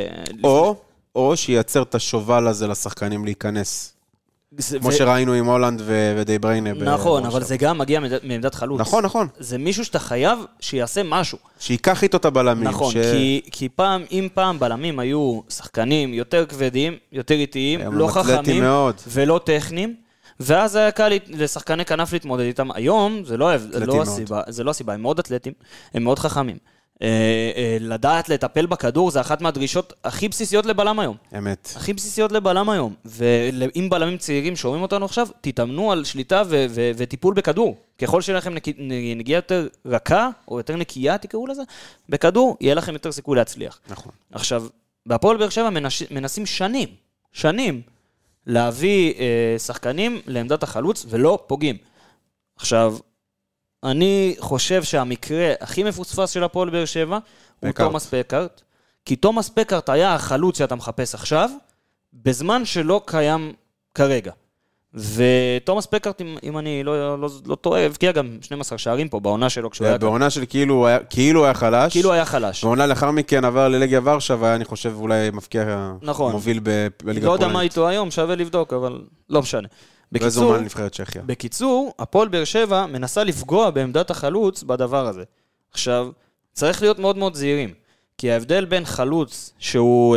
או שייצר את השובל הזה לשחקנים להיכנס. כמו שראינו עם הולנד ודי בריינה. נכון, אבל זה גם מגיע מעמדת חלוץ. נכון. זה מישהו שאתה חייב שיעשה משהו. שיקח איתו את הבלמים. נכון, כי אם פעם בלמים היו שחקנים יותר כבדים, יותר איטיים, לא חכמים ולא טכניים, ואז היה קל לשחקני כנף להתמודד איתם. היום זה לא הסיבה, הם מאוד אתלטים, הם מאוד חכמים. לדעת לטפל בכדור זה אחת מהדרישות הכי בסיסיות לבלם היום. אמת. הכי בסיסיות לבלם היום. ואם בלמים צעירים שומעים אותנו עכשיו, תתאמנו על שליטה וטיפול בכדור. ככל שיהיה לכם נגיעה יותר רכה, או יותר נקייה, תקראו לזה, בכדור, יהיה לכם יותר סיכוי להצליח. נכון. עכשיו, בהפועל באר שבע מנסים שנים, להביא שחקנים לעמדת החלוץ, ולא פוגעים. עכשיו, אני חושב שהמקרה הכי מפוספס של הפועל באר שבע הוא תומאס פקארט, כי תומאס פקארט היה החלוץ שאתה מחפש עכשיו, בזמן שלא קיים כרגע. ותומאס פקארט, אם אני לא טועה, הבקיע גם 12 שערים פה בעונה שלו כשהוא היה... בעונה של כאילו היה חלש. כאילו היה חלש. בעונה לאחר מכן עבר ללגיה ורשה, והיה אני חושב אולי מפקיע מוביל בליגה פולנית. לא יודע מה איתו היום, שווה לבדוק, אבל לא משנה. בקיצור, הפועל באר שבע מנסה לפגוע בעמדת החלוץ בדבר הזה. עכשיו, צריך להיות מאוד מאוד זהירים, כי ההבדל בין חלוץ שהוא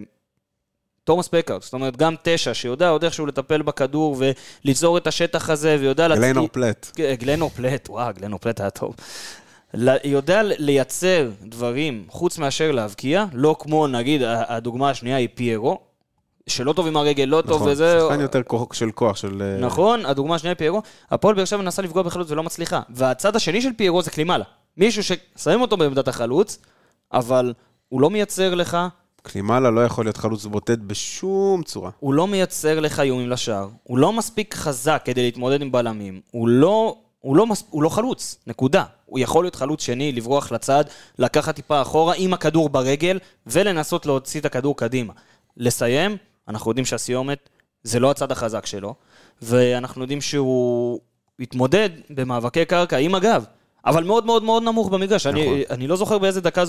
תומאס פקארט, זאת אומרת גם 9, שיודע עוד איכשהו לטפל בכדור וליצור את השטח הזה, ויודע... גלנור פלט, וואו, גלנור פלט היה טוב. יודע לייצר דברים חוץ מאשר להבקיע, לא כמו נגיד הדוגמה השנייה היא פיירו, שלא טוב עם הרגל, לא טוב וזה... שחקן יותר של כוח, של... נכון, הדוגמה השנייה פיירו, הפועל באר שבע מנסה לפגוע בחלוץ ולא מצליחה. והצד השני של פיירו זה קלימאלה. מישהו ששמים אותו בעמדת החלוץ, אבל הוא לא מייצר לך, קלימאלה לא יכול להיות חלוץ בוטט בשום צורה. הוא לא מייצר לך איומים לשער, הוא לא מספיק חזק כדי להתמודד עם בלמים, הוא לא חלוץ, נקודה. הוא יכול להיות חלוץ שני, לברוח לצד, לקחת טיפה אחורה עם הכדור ברגל, ולנסות להוציא את הכדור קדימה. לסיים, אנחנו יודעים שהסיומת זה לא הצד החזק שלו, ואנחנו יודעים שהוא התמודד במאבקי קרקע עם הגב, אבל מאוד מאוד מאוד נמוך במגרש. אני לא זוכר באיזה דקה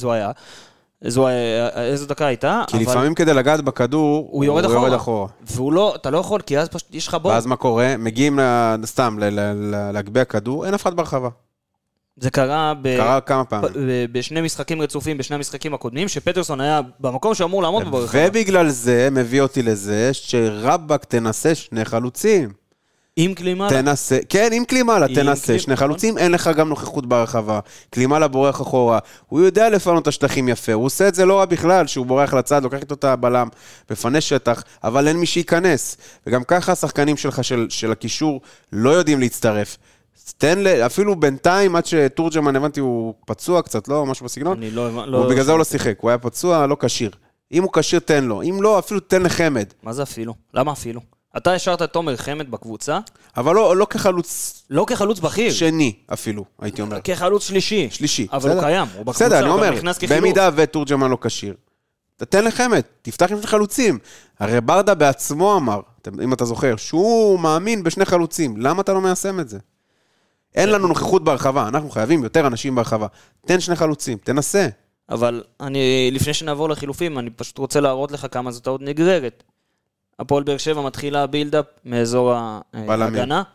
איזו דקה הייתה. כי לפעמים כדי לגעת בכדור, הוא יורד אחורה. אתה לא יכול, כי אז פשוט יש לך בו. ואז מה קורה? מגיעים סתם להגביע כדור, אין אף אחד ברחבה. זה קרה כמה פעמים. בשני משחקים רצופים, בשני המשחקים הקודמים, שפטרסון היה במקום שאמור לעמוד ברחבה. ובגלל זה מביא אותי לזה שרבק תנסה שני חלוצים. עם קלימאלה. כן, עם קלימאלה, תנסה שני חלוצים, אין לך גם נוכחות ברחבה. קלימאלה בורח אחורה, הוא יודע לפנות את השטחים יפה, הוא עושה את זה לא רע בכלל, שהוא בורח לצד, לוקח איתו את הבלם, בפני שטח, אבל אין מי שייכנס. וגם ככה השחקנים שלך של הקישור לא יודעים להצטרף. אפילו בינתיים, עד שטורג'מן, הבנתי, הוא פצוע קצת, לא? משהו בסגנון? בגלל זה הוא לא שיחק, הוא היה פצוע, לא קשיר. אם הוא קשיר, תן לו. אם לא, אפילו תן לחמד. מה זה אפילו? למה אפילו? אתה השארת את תומר חמד בקבוצה? אבל לא כחלוץ... לא כחלוץ בכיר. שני אפילו, הייתי אומר. כחלוץ שלישי. אבל הוא קיים, הוא בקבוצה. בסדר, אני אומר, במידה וטורג'מן לא קשיר. תתן לחמד, תפתח עם שני חלוצים. הרי ברדה בעצמו אמר, אם אתה זוכר, שהוא מאמין בשני חלוצים. למה אתה לא מיישם את זה? אין לנו נוכחות ברחבה, אנחנו חייבים יותר אנשים ברחבה. תן שני חלוצים, תנסה. אבל לפני שנעבור לחילופים, אני פשוט רוצה להראות לך כמה זאת עוד נגררת. הפועל באר שבע מתחילה בילדאפ מאזור ההגנה.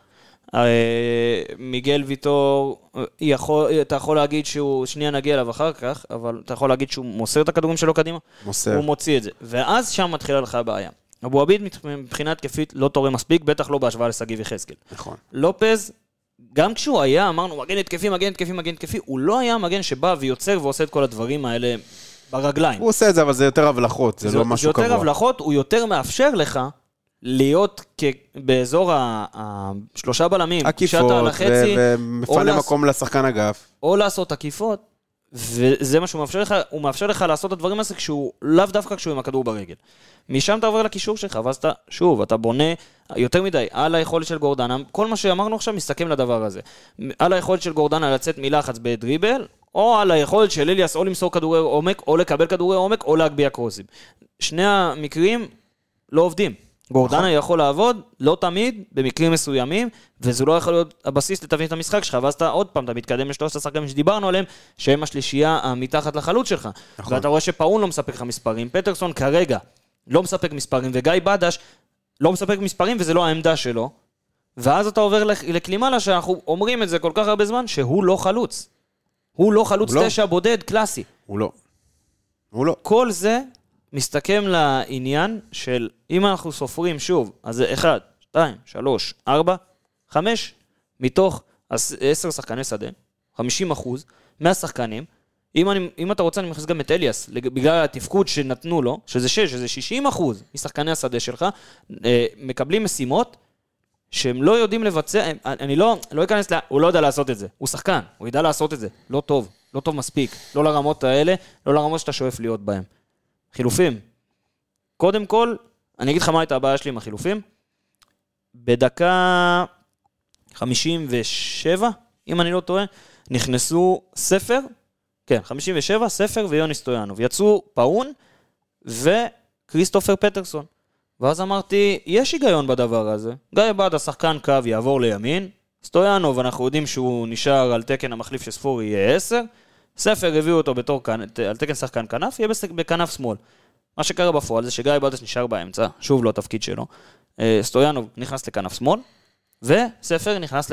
מיגל ויטור, אתה יכול להגיד שהוא, שנייה נגיע אליו אחר כך, אבל אתה יכול להגיד שהוא מוסר את הכדורים שלו קדימה? מוסר. הוא מוציא את זה. ואז שם מתחילה לך הבעיה. אבו עביד מבחינה התקפית לא תורם מספיק, בטח לא בהשוואה לשגיב יחזקאל. נכון. לופז, גם כשהוא היה, אמרנו, מגן התקפי, הוא לא היה מגן שבא ויוצר ועושה את כל הדברים האלה ברגליים. הוא עושה את זה, אבל זה יותר הבלחות, זה לא משהו קבוע. זה יותר הבלחות, הוא יותר מאפשר לך להיות באזור השלושה בלמים, עקיפות, ומפנה מקום לשחקן אגף. או לעשות עקיפות, וזה מה שהוא מאפשר לך, הוא מאפשר לך לעשות את הדברים האלה כשהוא, לאו דווקא כשהוא עם הכדור ברגל. משם אתה עובר לקישור שלך, ואז אתה, שוב, אתה בונה יותר מדי על היכולת של גורדנה, כל מה שאמרנו עכשיו מסתכם לדבר הזה. על היכולת של גורדנה לצאת מלחץ בדריבל, או על היכולת של אליאס או למסור כדורי עומק, או לקבל כדורי עומק, או להגביע קרוסים. שני המקרים לא עובדים. גורדנה יכול לעבוד, לא תמיד, במקרים מסוימים, וזה לא יכול להיות הבסיס לתבנית המשחק שלך, ואז אתה עוד פעם, אתה מתקדם לשלושת השחקנים שדיברנו עליהם, שהם השלישייה המתחת לחלוץ שלך. ואתה רואה שפאון לא מספק לך מספרים, פטרסון כרגע לא מספק מספרים, וגיא בדש לא מספק מספרים, וזה לא העמדה שלו. ואז אתה עובר לקלימאלה, שאנחנו אומרים את זה כל כך הרבה זמן, שהוא לא חלוץ. הוא לא חלוץ תשע בודד קלאסי. הוא לא. כל זה מסתכם לעניין של, אם אנחנו סופרים שוב, אז זה 1, 2, 3, 4, 5, מתוך 10 שחקני שדה, 50% מהשחקנים, אם אתה רוצה, אני מכניס גם את אליאס, בגלל התפקוד שנתנו לו, שזה 6, שזה 60% משחקני השדה שלך, מקבלים משימות, שהם לא יודעים לבצע, אני לא אכנס הוא לא יודע לעשות את זה, הוא שחקן, הוא ידע לעשות את זה, לא טוב מספיק, לא לרמות האלה, לא לרמות שאתה שואף להיות בהם. חילופים. קודם כל, אני אגיד לך מה הייתה הבעיה שלי עם החילופים. בדקה 57, אם אני לא טועה, נכנסו ספר, כן, 57, ספר ויוני סטויאנוב. יצאו פאון וכריסטופר פטרסון. ואז אמרתי, יש היגיון בדבר הזה. גיא בד, השחקן קו, יעבור לימין. סטויאנוב, אנחנו יודעים שהוא נשאר על תקן המחליף שספורי יהיה 10. ספר הביאו אותו על תקן שחקן כנף, יהיה בכנף שמאל. מה שקרה בפועל זה שגיא בדש נשאר באמצע, שוב לא תפקיד שלו. סטויאנוב נכנס לכנף שמאל, וספר נכנס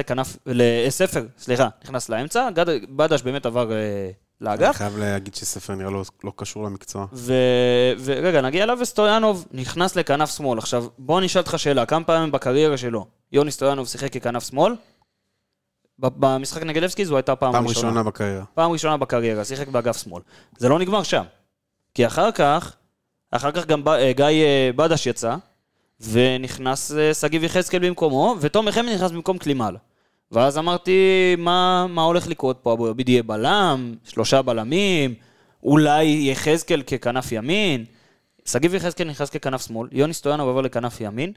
נכנס לאמצע, בדש באמת עבר לאגף. אני חייב להגיד שספר נראה לא קשור למקצוע. ורגע, נגיע אליו, וסטויאנוב נכנס לכנף שמאל. עכשיו, בוא נשאל אותך שאלה, כמה פעמים בקריירה שלו, יוני סטויאנוב שיחק ככנף שמאל? במשחק נגד לבסקי זו הייתה פעם ראשונה בקריירה. פעם ראשונה בקריירה, שיחק באגף שמאל. זה לא נגמר שם. כי אחר כך גם גיא בדש יצא, ונכנס שגיב יחזקאל במקומו, ותומר חמד נכנס במקום קלימאלה. ואז אמרתי, מה הולך לקרות פה? אבו עביד יהיה בלם, 3 בלמים, אולי יחזקאל ככנף ימין, סגיב יחזקאל נכנס ככנף שמאל, יוני סטויאנוב עבר לכנף ימין,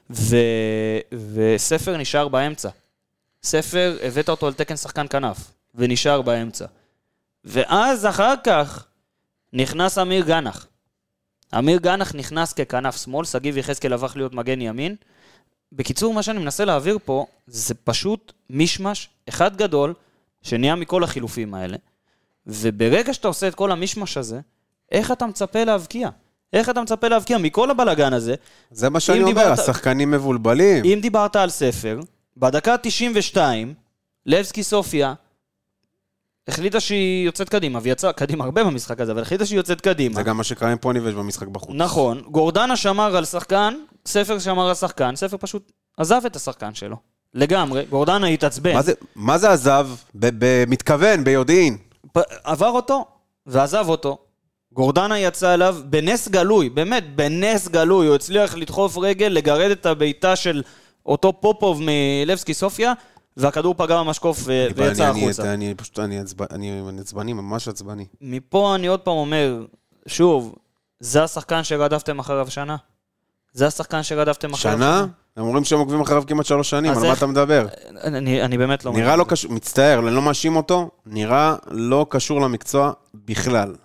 וספר נשאר באמצע. ספר הבאת אותו על תקן שחקן כנף, ונשאר באמצע. ואז אחר כך נכנס אמיר גנח. אמיר גנח נכנס ככנף שמאל, סגיב יחזקאל הפך להיות מגן ימין. בקיצור, מה שאני מנסה להעביר פה, זה פשוט משמש אחד גדול, שנהיה מכל החילופים האלה. וברגע שאתה עושה את כל המשמש הזה, איך אתה מצפה להבקיע? איך אתה מצפה להבקיע מכל הבלגן הזה? זה מה שאני אומר, השחקנים מבולבלים. אם דיברת על ספר, בדקה 92, לבסקי סופיה, החליטה שהיא יוצאת קדימה, ויצאה קדימה הרבה במשחק הזה, אבל החליטה שהיא יוצאת קדימה. זה גם מה שקרה עם פוניבז' במשחק בחוץ. נכון, גורדנה שמר על שחקן, ספר שמר על שחקן, ספר פשוט עזב את השחקן שלו. לגמרי, גורדנה התעצבן. מה זה עזב? במתכוון, ביודעין. עבר אותו, ועזב אותו. גורדנה יצא אליו בנס גלוי, באמת בנס גלוי, הוא הצליח לדחוף רגל, לגרד את הביתה של אותו פופוב מלבסקי סופיה, והכדור פגע במשקוף ויצא החוצה. אני עצבני, ממש עצבני. מפה אני עוד פעם אומר, שוב, זה השחקן שרדפתם אחריו שנה? זה השחקן שרדפתם אחריו שנה? הם אומרים שהם עוקבים אחריו כמעט 3 שנים, על מה אתה מדבר? אני באמת לא... נראה לא קשור, מצטער, אני לא מאשים אותו, נראה לא קשור למקצוע בכלל.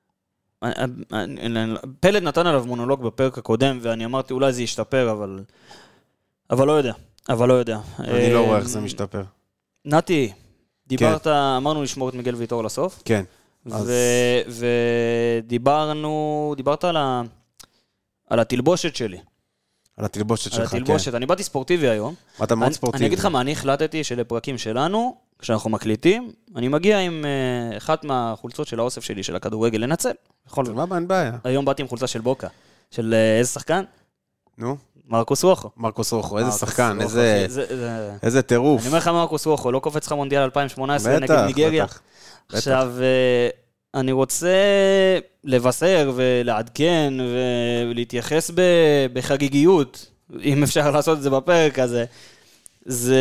פלד נתן עליו מונולוג בפרק הקודם, ואני אמרתי אולי זה ישתפר, אבל לא יודע. אני לא רואה איך זה משתפר. נתי, דיברת, אמרנו לשמור את מיגל ויטור לסוף. כן. ודיברת על התלבושת שלי. על התלבושת שלך, כן. אני באתי ספורטיבי היום. אתה מאוד ספורטיבי. אני אגיד לך מה, אני החלטתי שלפרקים שלנו, כשאנחנו מקליטים, אני מגיע עם אחת מהחולצות של האוסף שלי, של הכדורגל, לנצל. מה, אין בעיה. היום באתי עם חולצה של בוקה. של איזה שחקן? נו? מרקוס רוחו. מרקוס רוחו, איזה שחקן, איזה טירוף. אני אומר לך מרקוס רוחו, לא קופץ לך מונדיאל 2018 נגד ניגריה. עכשיו, אני רוצה לבשר ולעדכן ולהתייחס בחגיגיות, אם אפשר לעשות את זה בפרק הזה. זה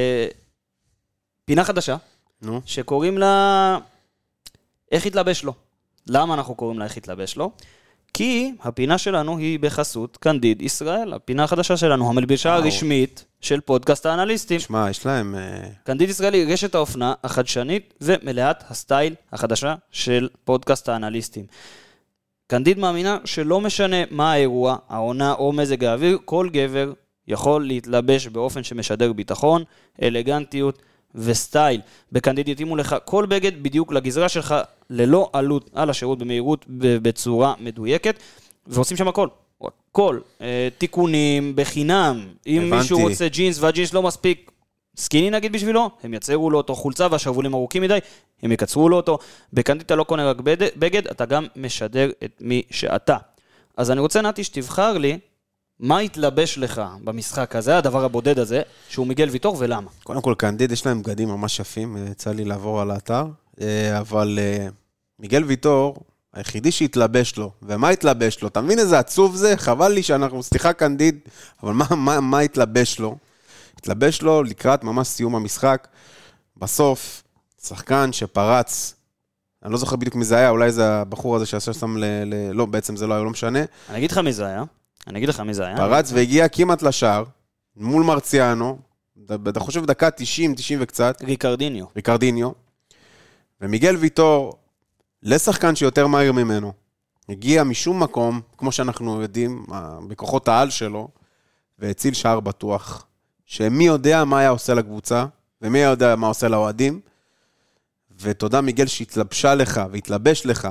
פינה חדשה, שקוראים לה איך התלבש לו. למה אנחנו קוראים לה איך התלבש לו? כי הפינה שלנו היא בחסות קנדיד ישראל, הפינה החדשה שלנו, המלבישה הרשמית של פודקאסט האנליסטים. שמע, יש להם... קנדיד ישראל היא רשת האופנה החדשנית ומלאת הסטייל החדשה של פודקאסט האנליסטים. קנדיד מאמינה שלא משנה מה האירוע, העונה או מזג האוויר, כל גבר יכול להתלבש באופן שמשדר ביטחון, אלגנטיות וסטייל. בקנדיד יתאימו לך כל בגד בדיוק לגזרה שלך, ללא עלות על השירות במהירות בצורה מדויקת, ועושים שם הכל, תיקונים בחינם. אם מישהו רוצה ג'ינס והג'ינס לא מספיק סקיני נגיד בשבילו, הם יצרו לו אותו חולצה והשרבולים ארוכים מדי, הם יקצרו לו אותו. בקנדיד אתה לא קונה רק בגד, אתה גם משדר את מי שאתה. אז אני רוצה נתי שתבחר לי מה יתלבש לך במשחק הזה, הדבר הבודד הזה, שהוא מיגל ויטור, ולמה? קודם כל, קנדיד יש להם בגדים ממש יפים, יצא לי לעבור על האתר, אבל מיגל ויטור, היחידי שהתלבש לו, ומה התלבש לו? אתה מבין איזה עצוב זה? חבל לי שאנחנו, סליחה קנדיד, אבל מה התלבש לו? התלבש לו לקראת ממש סיום המשחק, בסוף, שחקן שפרץ, אני לא זוכר בדיוק מי זה היה, אולי זה הבחור הזה שעשה שם לא, בעצם זה לא היה, לא משנה. אני אגיד לך מי זה היה. פרץ והגיע כמעט לשער, מול מרציאנו, אתה חושב דקה 90 וקצת. ריקרדיניו. ומיגל ויטור, לשחקן שיותר מהיר ממנו, הגיע משום מקום, כמו שאנחנו יודעים, בכוחות העל שלו, והציל שער בטוח, שמי יודע מה היה עושה לקבוצה, ומי יודע מה עושה לאוהדים, ותודה מיגל שהתלבשה לך, והתלבש לך,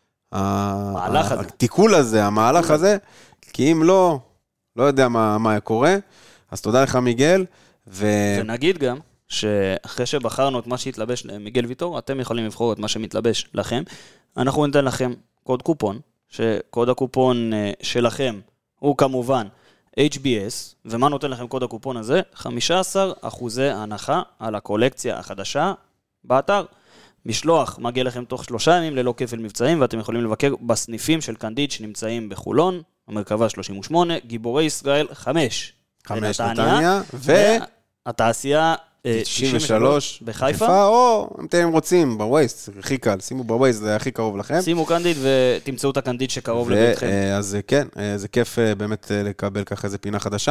התיקול הזה, המהלך הזה, כי אם לא יודע מה היה קורה, אז תודה לך מיגל. ונגיד גם, שאחרי שבחרנו את מה שהתלבש מיגל ויטור, אתם יכולים לבחור את מה שמתלבש לכם. אנחנו ניתן לכם קוד קופון, שקוד הקופון שלכם הוא כמובן HBS, ומה נותן לכם קוד הקופון הזה? 15% הנחה על הקולקציה החדשה באתר. משלוח מגיע לכם תוך 3 ימים ללא כפל מבצעים, ואתם יכולים לבקר בסניפים של קנדיד שנמצאים בחולון, המרכבה 38, גיבורי ישראל 5 נתניה, והתעשייה 93 בחיפה? או אם אתם רוצים, בווייז, הכי קל, שימו בווייז, זה הכי קרוב לכם. שימו קנדיד ותמצאו את הקנדיד שקרוב לביתכם. אז כן, זה כיף באמת לקבל ככה איזה פינה חדשה.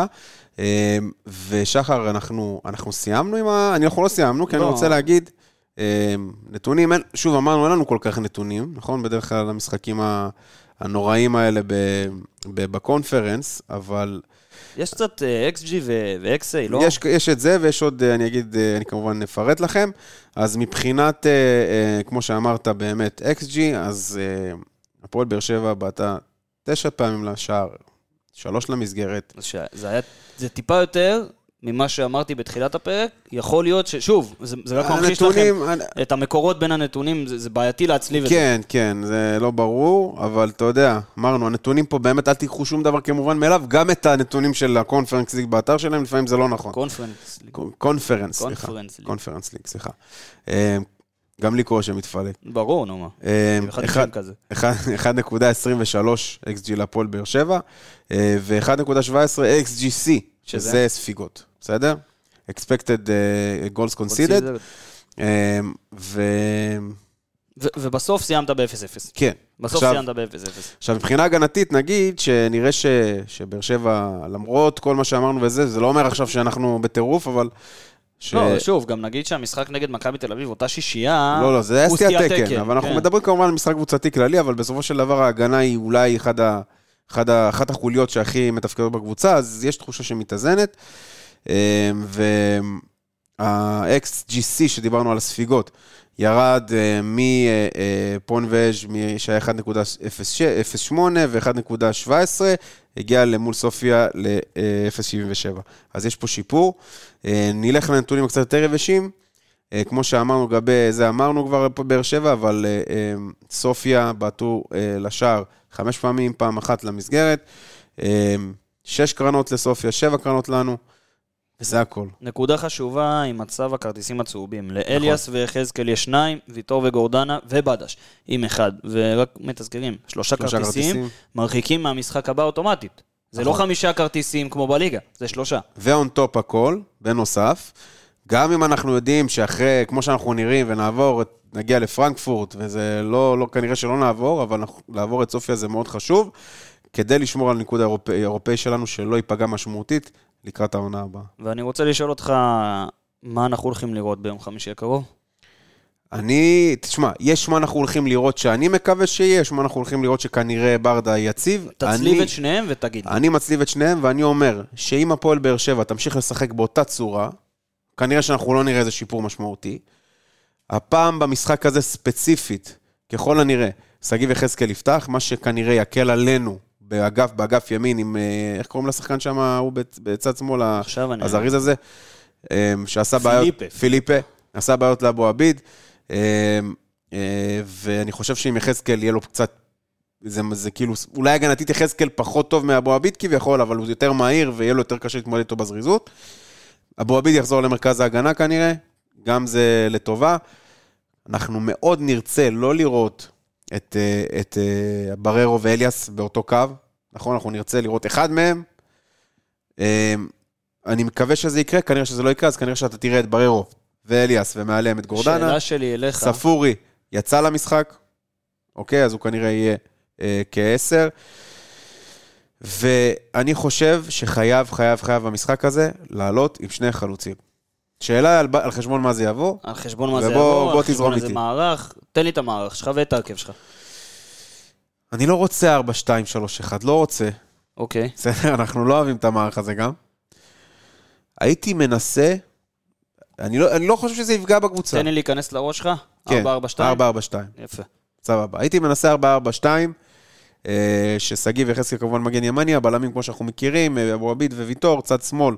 ושחר, אנחנו סיימנו עם אנחנו לא סיימנו, כי אני רוצה להגיד, נתונים, שוב אמרנו, אין לנו כל כך נתונים, נכון? בדרך כלל המשחקים הנוראים האלה בקונפרנס, אבל... יש קצת XG ו-XA, לא? יש את זה, ויש עוד, אני אגיד, אני כמובן נפרט לכם. אז מבחינת, כמו שאמרת, באמת XG, אז הפועל באר שבע בעטה 9 פעמים לשער, 3 למסגרת. זה טיפה יותר ממה שאמרתי בתחילת הפרק. יכול להיות ששוב, זה רק ממחיש לכם את המקורות בין הנתונים, זה בעייתי להצליב את זה. כן, כן, זה לא ברור, אבל אתה יודע, אמרנו, הנתונים פה באמת, אל תיקחו שום דבר כמובן מאליו, גם את הנתונים של הקונפרנס ליג באתר שלהם, לפעמים זה לא נכון. קונפרנס ליג, סליחה. גם לי קורא שמתפלא. ברור, נו מה. 1.23 XG לפועל באר שבע, ו-1.17 XGC, שזה ספיגות, בסדר? Expected goals conceded. ובסוף סיימת ב-0-0. כן. בסוף סיימת ב-0-0. עכשיו, מבחינה הגנתית, נגיד שנראה שבאר שבע, למרות כל מה שאמרנו וזה, זה לא אומר עכשיו שאנחנו בטירוף, אבל... לא, שוב, גם נגיד שהמשחק נגד מכבי תל אביב, אותה שישייה... לא, זה היה סטיית תקן, אבל אנחנו מדברים כמובן על משחק קבוצתי כללי, אבל בסופו של דבר ההגנה היא אולי אחת החוליות שהכי מתפקדות בקבוצה, אז יש תחושה שמתאזנת, וה-XGC שדיברנו על הספיגות, ירד מפון ואז' שהיה 1.08 ו-1.17, הגיע למול סופיה ל-0.77. אז יש פה שיפור. נלך לנתונים הקצת יותר יבשים, כמו שאמרנו גבי, זה אמרנו כבר פה באר שבע, אבל סופיה בעטו לשער 5 פעמים, פעם אחת למסגרת, 6 קרנות לסופיה, 7 קרנות לנו, וזה הכל. נקודה חשובה עם מצב הכרטיסים הצהובים. לאליאס וחזקאל יש 2, ויטור וגורדנה ובדש עם 1. ורק מתזכירים, 3 כרטיסים מרחיקים מהמשחק הבא אוטומטית. זה לא 5 כרטיסים כמו בליגה, זה 3. ואון טופ הכל, בנוסף, גם אם אנחנו יודעים שאחרי, כמו שאנחנו נראים ונעבור, נגיע לפרנקפורט, וזה לא כנראה שלא נעבור, אבל לעבור את סופיה זה מאוד חשוב, כדי לשמור על ניקוד האירופאי שלנו שלא ייפגע משמעותית, לקראת העונה הבאה. ואני רוצה לשאול אותך, מה אנחנו הולכים לראות ביום חמישי הקרוב? תשמע, יש מה אנחנו הולכים לראות שאני מקווה שיהיה, יש מה אנחנו הולכים לראות שכנראה ברדה יציב. תצליב את שניהם ותגיד. אני מצליב את שניהם, ואני אומר, שאם הפועל באר שבע תמשיך לשחק באותה צורה, כנראה שאנחנו לא נראה איזה שיפור משמעותי. הפעם במשחק הזה ספציפית, ככל הנראה, סגיב וחזקאל יפתח, מה שכנראה יקל עלינו, באגף ימין, עם, איך קוראים לשחקן שם, הוא בצד שמאל, הזריז הזה, שעשה בעיות, פיליפה, עשה בעיות לאבו עביד, ואני חושב שאם יחזקאל יהיה לו קצת, זה כאילו, אולי הגנתית יחזקאל פחות טוב מאבו עביד כביכול, אבל הוא יותר מהיר, ויהיה לו יותר קשה להתמודד איתו בזריזות. אבו עביד יחזור למרכז ההגנה כנראה, גם זה לטובה. אנחנו מאוד נרצה לא לראות את בררו ואליאס באותו קו, נכון? אנחנו נרצה לראות אחד מהם. אני מקווה שזה יקרה, כנראה שזה לא יקרה, אז כנראה שאתה תראה את בררו ואליאס ומעליהם את גורדנה. שאלה שלי אליך. ספורי יצא למשחק, אוקיי, אז הוא כנראה יהיה כ10. ואני חושב שחייב במשחק הזה לעלות עם שני חלוצים. שאלה על חשבון מה זה יבוא. על חשבון מה זה יבוא, על חשבון איזה מערך. תן לי את המערך שלך ואת ההרכב שלך. אני לא רוצה 4-2-3-1, לא רוצה. אוקיי. בסדר, אנחנו לא אוהבים את המערך הזה גם. הייתי מנסה, אני לא חושב שזה יפגע בקבוצה. תן לי להיכנס לראש שלך. כן, 4-4-2. יפה. סבבה. הייתי מנסה 4-4-2, שסגיב וחזקאל כמובן מגן ימני, הבלמים כמו שאנחנו מכירים, אבו עביד וויטור, צד שמאל,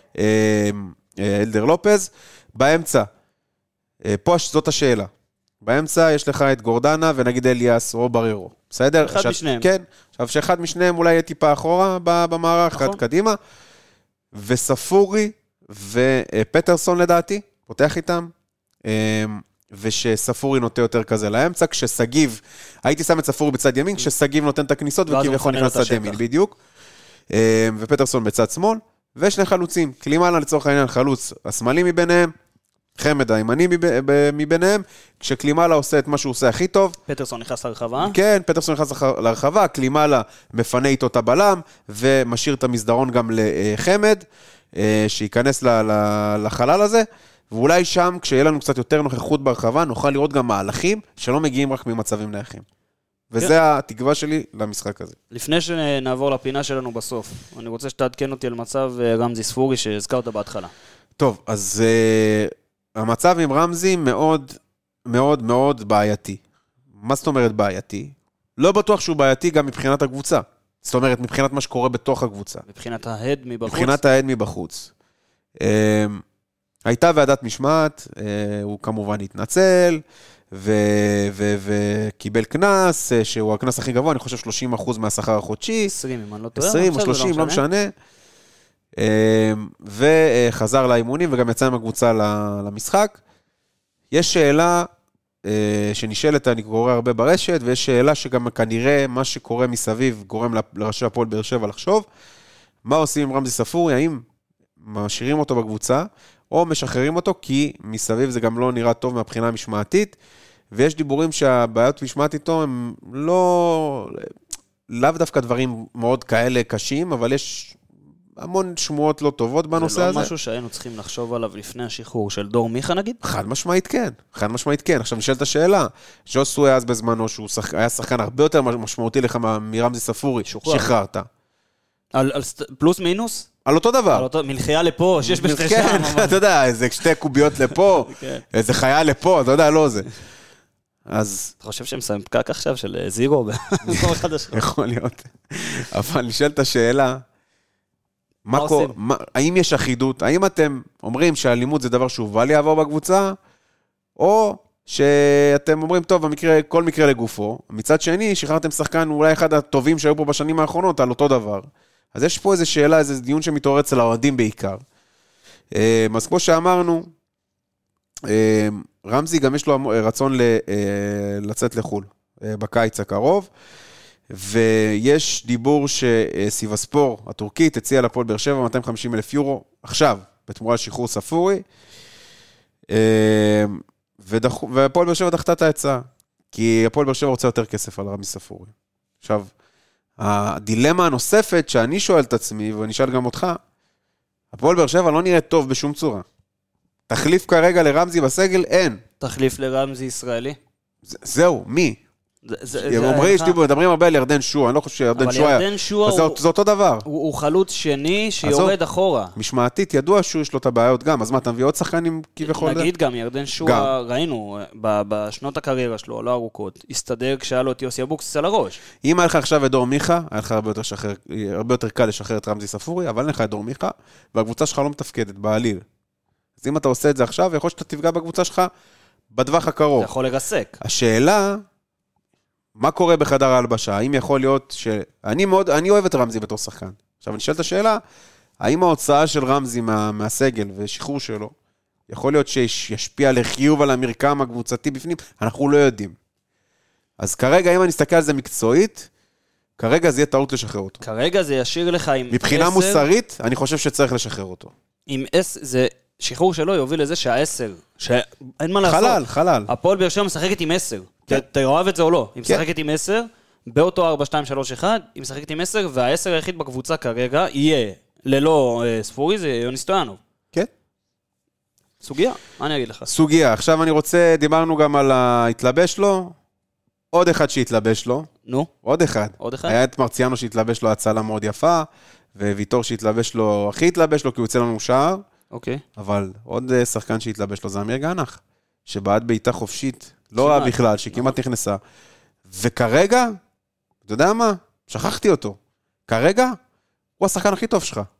אלדר לופז. באמצע, פה זאת השאלה. באמצע יש לך את גורדנה ונגיד אליאס או בררו. בסדר? אחד משניהם. כן. עכשיו שאחד משניהם אולי יהיה טיפה אחורה במערך, אחד קדימה. וספורי ופטרסון לדעתי, פותח איתם. ושספורי נוטה יותר כזה לאמצע, כשסגיב, הייתי שם את ספורי בצד ימין, כשסגיב נותן את הכניסות, וכביכול נכנס לצד ימין, בדיוק. ופטרסון בצד שמאל, ושני חלוצים, קלימאלה לצורך העניין חלוץ השמאלי מביניהם, חמד הימני מביניהם, כשקלימאלה עושה את מה שהוא עושה הכי טוב. פטרסון נכנס לרחבה. כן, פטרסון נכנס לרחבה, קלימאלה מפנה איתו את הבלם, ומשאיר את המסדרון גם לחמד, שייכנס לחלל הזה, ואולי שם, כשיהיה לנו קצת יותר נוכחות ברחבה, נוכל לראות גם מהלכים שלא מגיעים רק ממצבים נייחים. וזה התקווה שלי למשחק הזה. לפני שנעבור לפינה שלנו בסוף, אני רוצה שתעדכן אותי על מצב רמזי ספורי שהזכרת בהתחלה. טוב, אז המצב עם רמזי מאוד מאוד מאוד בעייתי. מה זאת אומרת בעייתי? לא בטוח שהוא בעייתי גם מבחינת הקבוצה. זאת אומרת, מבחינת מה שקורה בתוך הקבוצה. מבחינת ההד מבחוץ? מבחינת ההד מבחוץ. הייתה ועדת משמעת, הוא כמובן התנצל, וקיבל כנס, שהוא הכנס הכי גבוה, אני חושב 30% מהשכר החודשי. 20, אם אני לא טועה. 20 או 30, לא משנה. וחזר לאימונים, וגם יצא עם הקבוצה למשחק. יש שאלה שנשאלת, אני קורא הרבה ברשת, ויש שאלה שגם כנראה מה שקורה מסביב, גורם לראשי הפועל באר שבע לחשוב, מה עושים עם רמזי ספורי, האם משאירים אותו בקבוצה, או משחררים אותו, כי מסביב זה גם לא נראה טוב מהבחינה המשמעתית, ויש דיבורים שהבעיות משמעת איתו הם לאו דווקא דברים מאוד כאלה קשים, אבל יש המון שמועות לא טובות בנושא הזה. זה לא משהו שהיינו צריכים לחשוב עליו לפני השחרור של דור מיכה נגיד? חד משמעית כן. עכשיו נשאלת השאלה, ז'וסו היה אז בזמנו, שהוא היה שחקן הרבה יותר משמעותי לך מרמזי ספורי, שחררת. על פלוס מינוס? על אותו דבר. מלחייה לפה, שיש בשתי שם. כן, אתה יודע, איזה שתי קוביות לפה, איזה חיה לפה, אתה יודע, לא זה. אז... אתה חושב שהם שמים פקק עכשיו של זירו? יכול להיות. אבל נשאלת השאלה, האם יש אחידות? האם אתם אומרים שהאלימות זה דבר שהוא בא לעבור בקבוצה, או שאתם אומרים, טוב, כל מקרה לגופו, מצד שני, שחררתם שחקן אולי אחד הטובים שהיו פה בשנים האחרונות על אותו דבר. אז יש פה איזו שאלה, איזה דיון שמתעורר אצל האוהדים בעיקר. אז כמו שאמרנו, רמזי גם יש לו רצון לצאת לחול בקיץ הקרוב, ויש דיבור שסיבספור הטורקית הציעה לפועל באר שבע 250,000 יורו עכשיו, בתמורה לשחרור ספורי, והפועל באר שבע דחתה את ההצעה, כי הפועל באר שבע רוצה יותר כסף על רמזי ספורי. עכשיו, הדילמה הנוספת שאני שואל את עצמי, ואני אשאל גם אותך, הפועל באר שבע לא נראה טוב בשום צורה. תחליף כרגע לרמזי בסגל, אין. תחליף לרמזי ישראלי? זהו, מי? מדברים הרבה על ירדן שועה, אני לא חושב שירדן שועה, אבל ירדן שועה זה אותו דבר. הוא חלוץ שני שיורד אחורה. משמעתית, ידוע שהוא יש לו את הבעיות גם, אז מה, אתה מביא עוד שחקנים כביכול? נגיד גם, ירדן שועה, ראינו, בשנות הקריירה שלו, לא ארוכות, הסתדר כשהיה לו את יוסי אבוקסיס על הראש. אם היה לך עכשיו את דור מיכה, היה לך הרבה יותר קל לשחרר את רמזי ספורי, אבל אין לך את דור מיכה, והקבוצה שלך לא מתפקדת, בעליל. אז אם אתה עושה את זה עכשיו, יכול שאתה תפגע בקבוצה שלך בטווח הקרוב. אתה יכול לרסק. השאלה, מה קורה בחדר ההלבשה? האם יכול להיות אני אוהב את רמזי בתור שחקן. עכשיו, אני שואל את השאלה, האם ההוצאה של רמזי מהסגל ושחרור שלו, יכול להיות שישפיע לחיוב על המרקם הקבוצתי בפנים? אנחנו לא יודעים. אז כרגע, אם אני אסתכל על זה מקצועית, כרגע זה יהיה טעות לשחרר אותו. כרגע זה ישאיר לך עם 10... מבחינה מוסרית, אני חושב שצריך לשחרר אותו. עם 10, זה... שחרור שלו יוביל לזה שה10, שאין מה לעשות. חלל. הפועל באר שבע משחקת עם 10. אתה אוהב את זה או לא? היא משחקת עם 10, באותו 4-2-3-1, היא משחקת עם 10, וה10 היחיד בקבוצה כרגע יהיה ללא ספורי, זה יוני סטויאנוב. כן. סוגיה, מה אני אגיד לך? סוגיה. עכשיו אני רוצה, דיברנו גם על ההתלבש לו, עוד אחד שהתלבש לו. נו? עוד אחד. היה את מרציאנו שהתלבש לו הצלה מאוד יפה, וויטור שהתלבש לו, הכי התלבש לו כי הוא יוצא לנו שער. אוקיי. אבל עוד שחקן שהתלבש לו זה אמיר גנח, שבעד בעיטה חופשית, לא רע בכלל, שכמעט נכנסה. וכרגע, אתה יודע מה? שכחתי אותו. כרגע, הוא השחקן הכי טוב שלך.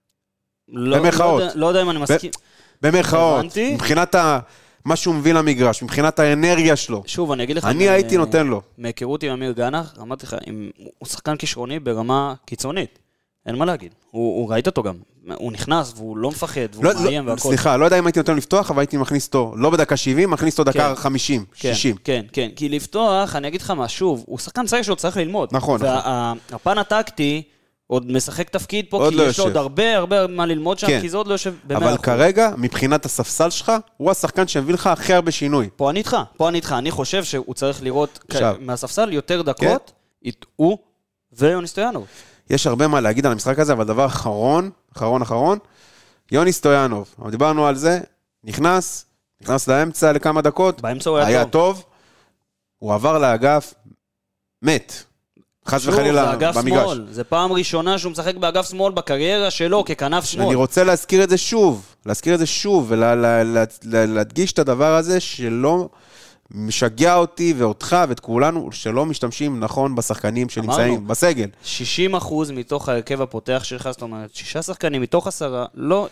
במרכאות. לא יודע אם אני מסכים. במרכאות. מבחינת מה שהוא מביא למגרש, מבחינת האנרגיה שלו. שוב, אני אגיד לך... אני הייתי נותן לו. מהיכרות עם אמיר גנח, אמרתי לך, הוא שחקן כישרוני ברמה קיצונית. אין מה להגיד. הוא ראית אותו גם. הוא נכנס והוא לא מפחד, והוא מאיים והכל. סליחה, לא יודע אם הייתי נותן לפתוח, אבל הייתי מכניס אותו, לא בדקה 70, מכניס אותו דקה 50, 60. כן. כי לפתוח, אני אגיד לך מה, שוב, הוא שחקן צעיר שהוא צריך ללמוד. נכון. והפן הטקטי, עוד משחק תפקיד פה, עוד כי לא יש לו עוד יושב. הרבה מה ללמוד שם, כן. כי זה עוד לא יושב ב-100%. אבל כרגע, מבחינת הספסל שלך, הוא השחקן שהביא לך הכי הרבה שינוי. פה אני איתך, אני חושב שהוא צריך לראות עכשיו. מהספסל יותר דקות, הוא ויוני סטויאנוב. יש הרבה מה להגיד על המשחק הזה, אבל דבר אחרון, יוני סטויאנוב, דיברנו על זה, נכנס לאמצע לכמה דקות, באמצע הוא היה היה טוב, הוא עבר לאגף, מת. חס וחלילה במגרש. זה פעם ראשונה שהוא משחק באגף שמאל בקריירה שלו ככנף שמאל. אני רוצה להזכיר את זה שוב, ולהדגיש את הדבר הזה שלא משגע אותי ואותך ואת כולנו, שלא משתמשים נכון בשחקנים שנמצאים בסגל. 60% מתוך ההרכב הפותח שלך, זאת אומרת, 6 שחקנים מתוך 10,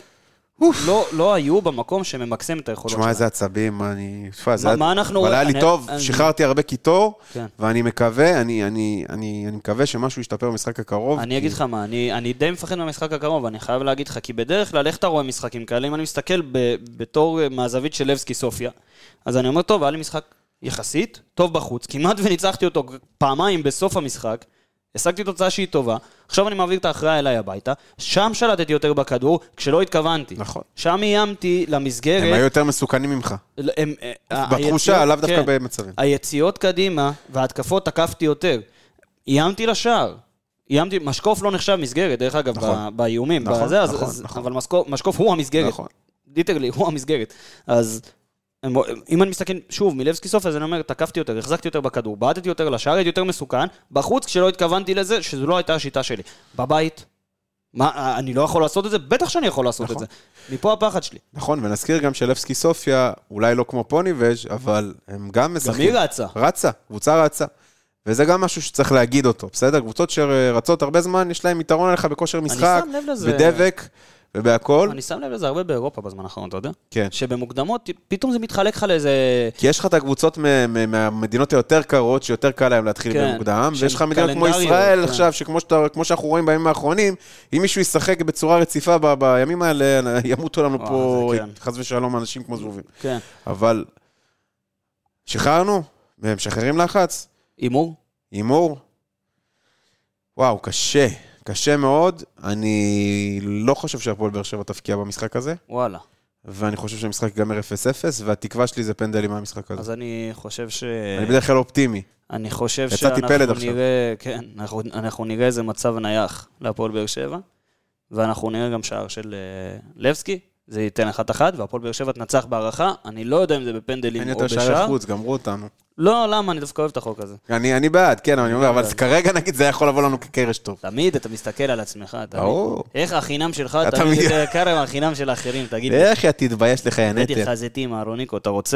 לא היו במקום שממקסם את היכולות שלהם. תשמע איזה עצבים, מה אנחנו... אבל היה לי טוב, שחררתי הרבה קיטור, כן. ואני מקווה, אני מקווה שמשהו ישתפר במשחק הקרוב. אני אגיד לך מה, אני די מפחד מהמשחק הקרוב, ואני חייב להגיד לך, כי בדרך כלל, איך אתה רואה משחקים כאלה? אם אני מסתכל בתור מהזווית של לבסקי סופיה, אז אני אומר, טוב, היה לי משחק יחסית, טוב בחוץ, כמעט וניצחתי אותו פעמיים בסוף המשחק, השגתי תוצאה שהיא טובה, עכשיו אני מעביר את האחראי אליי הביתה, שם שלטתי יותר בכדור, כשלא התכוונתי. נכון. שם איימתי למסגרת. הם היו יותר מסוכנים ממך. בתחושה, לאו דווקא במצבים. היציאות קדימה, וההתקפות תקפתי יותר. איימתי לשער. משקוף לא נחשב מסגרת, דרך אגב, באיומים. אבל משקוף הוא המסגרת. ליטרלי, הוא המסגרת. אז אם אני מסתכל, שוב, מלבסקי סוף, אז אני אומר, תקפתי יותר, החזקתי יותר בכדור, בעטתי יותר לשער, הייתי יותר מסוכן, בחוץ, כשלא התכוונתי לזה, שזו לא הייתה השיטה שלי. בבית, אני לא יכול לעשות את זה? בטח שאני יכול לעשות את זה. מפה הפחד שלי. נכון, ונזכיר גם שלבסקי סופיה, אולי לא כמו פוניבז', אבל הם גם משחקים. גם היא קבוצה רצה. וזה גם משהו שצריך להגיד אותו, בסדר? קבוצות שרצות הרבה זמן, יש להם יתרון עליך בכושר משחק, בדבק, ובהכל. אני שם לב לזה הרבה באירופה בזמן האחרון, אתה יודע? כן. שבמוקדמות, פתאום זה מתחלק לך לאיזה... כי יש לך את הקבוצות מהמדינות היותר קרות, שיותר קל להם להתחיל במוקדם, ויש לך מדינות כמו ישראל עכשיו, שכמו שאנחנו רואים בימים האחרונים, אם מישהו ישחק בצורה רציפה בימים האלה, ימותו לנו פה, חס ושלום, אנשים כמו זבובים. כן. אבל שחררנו, והם משחררים לחץ. הימור? וואו, קשה מאוד. אני לא חושב שהפועל באר שבע תפקיע במשחק הזה. וואלה. ואני חושב שהמשחק ייגמר 0-0, והתקווה שלי זה פנדלים מהמשחק הזה. אז אני חושב אני בדרך כלל אופטימי. אני חושב שאנחנו נראה, כן, אנחנו נראה איזה מצב נייח להפועל באר שבע, ואנחנו נראה גם שער של לבסקי, זה ייתן 1-1, והפועל באר שבע תנצח בהערכה, אני לא יודע אם זה בפנדלים או בשער. אין יותר שערי חוץ, גמרו אותנו. לא, למה? אני דווקא אוהב את החוק הזה. אני בעד, כן, אני אומר, אבל כרגע נגיד זה יכול לבוא לנו כקרש טוב. תמיד אתה מסתכל על עצמך, איך החינם שלך תמיד יותר יקר מהחינם של האחרים, תגיד לי. איך תתבייש לך, יא נטר. הבאתי לך זיתים, אהרוניקו, אתה רוצה...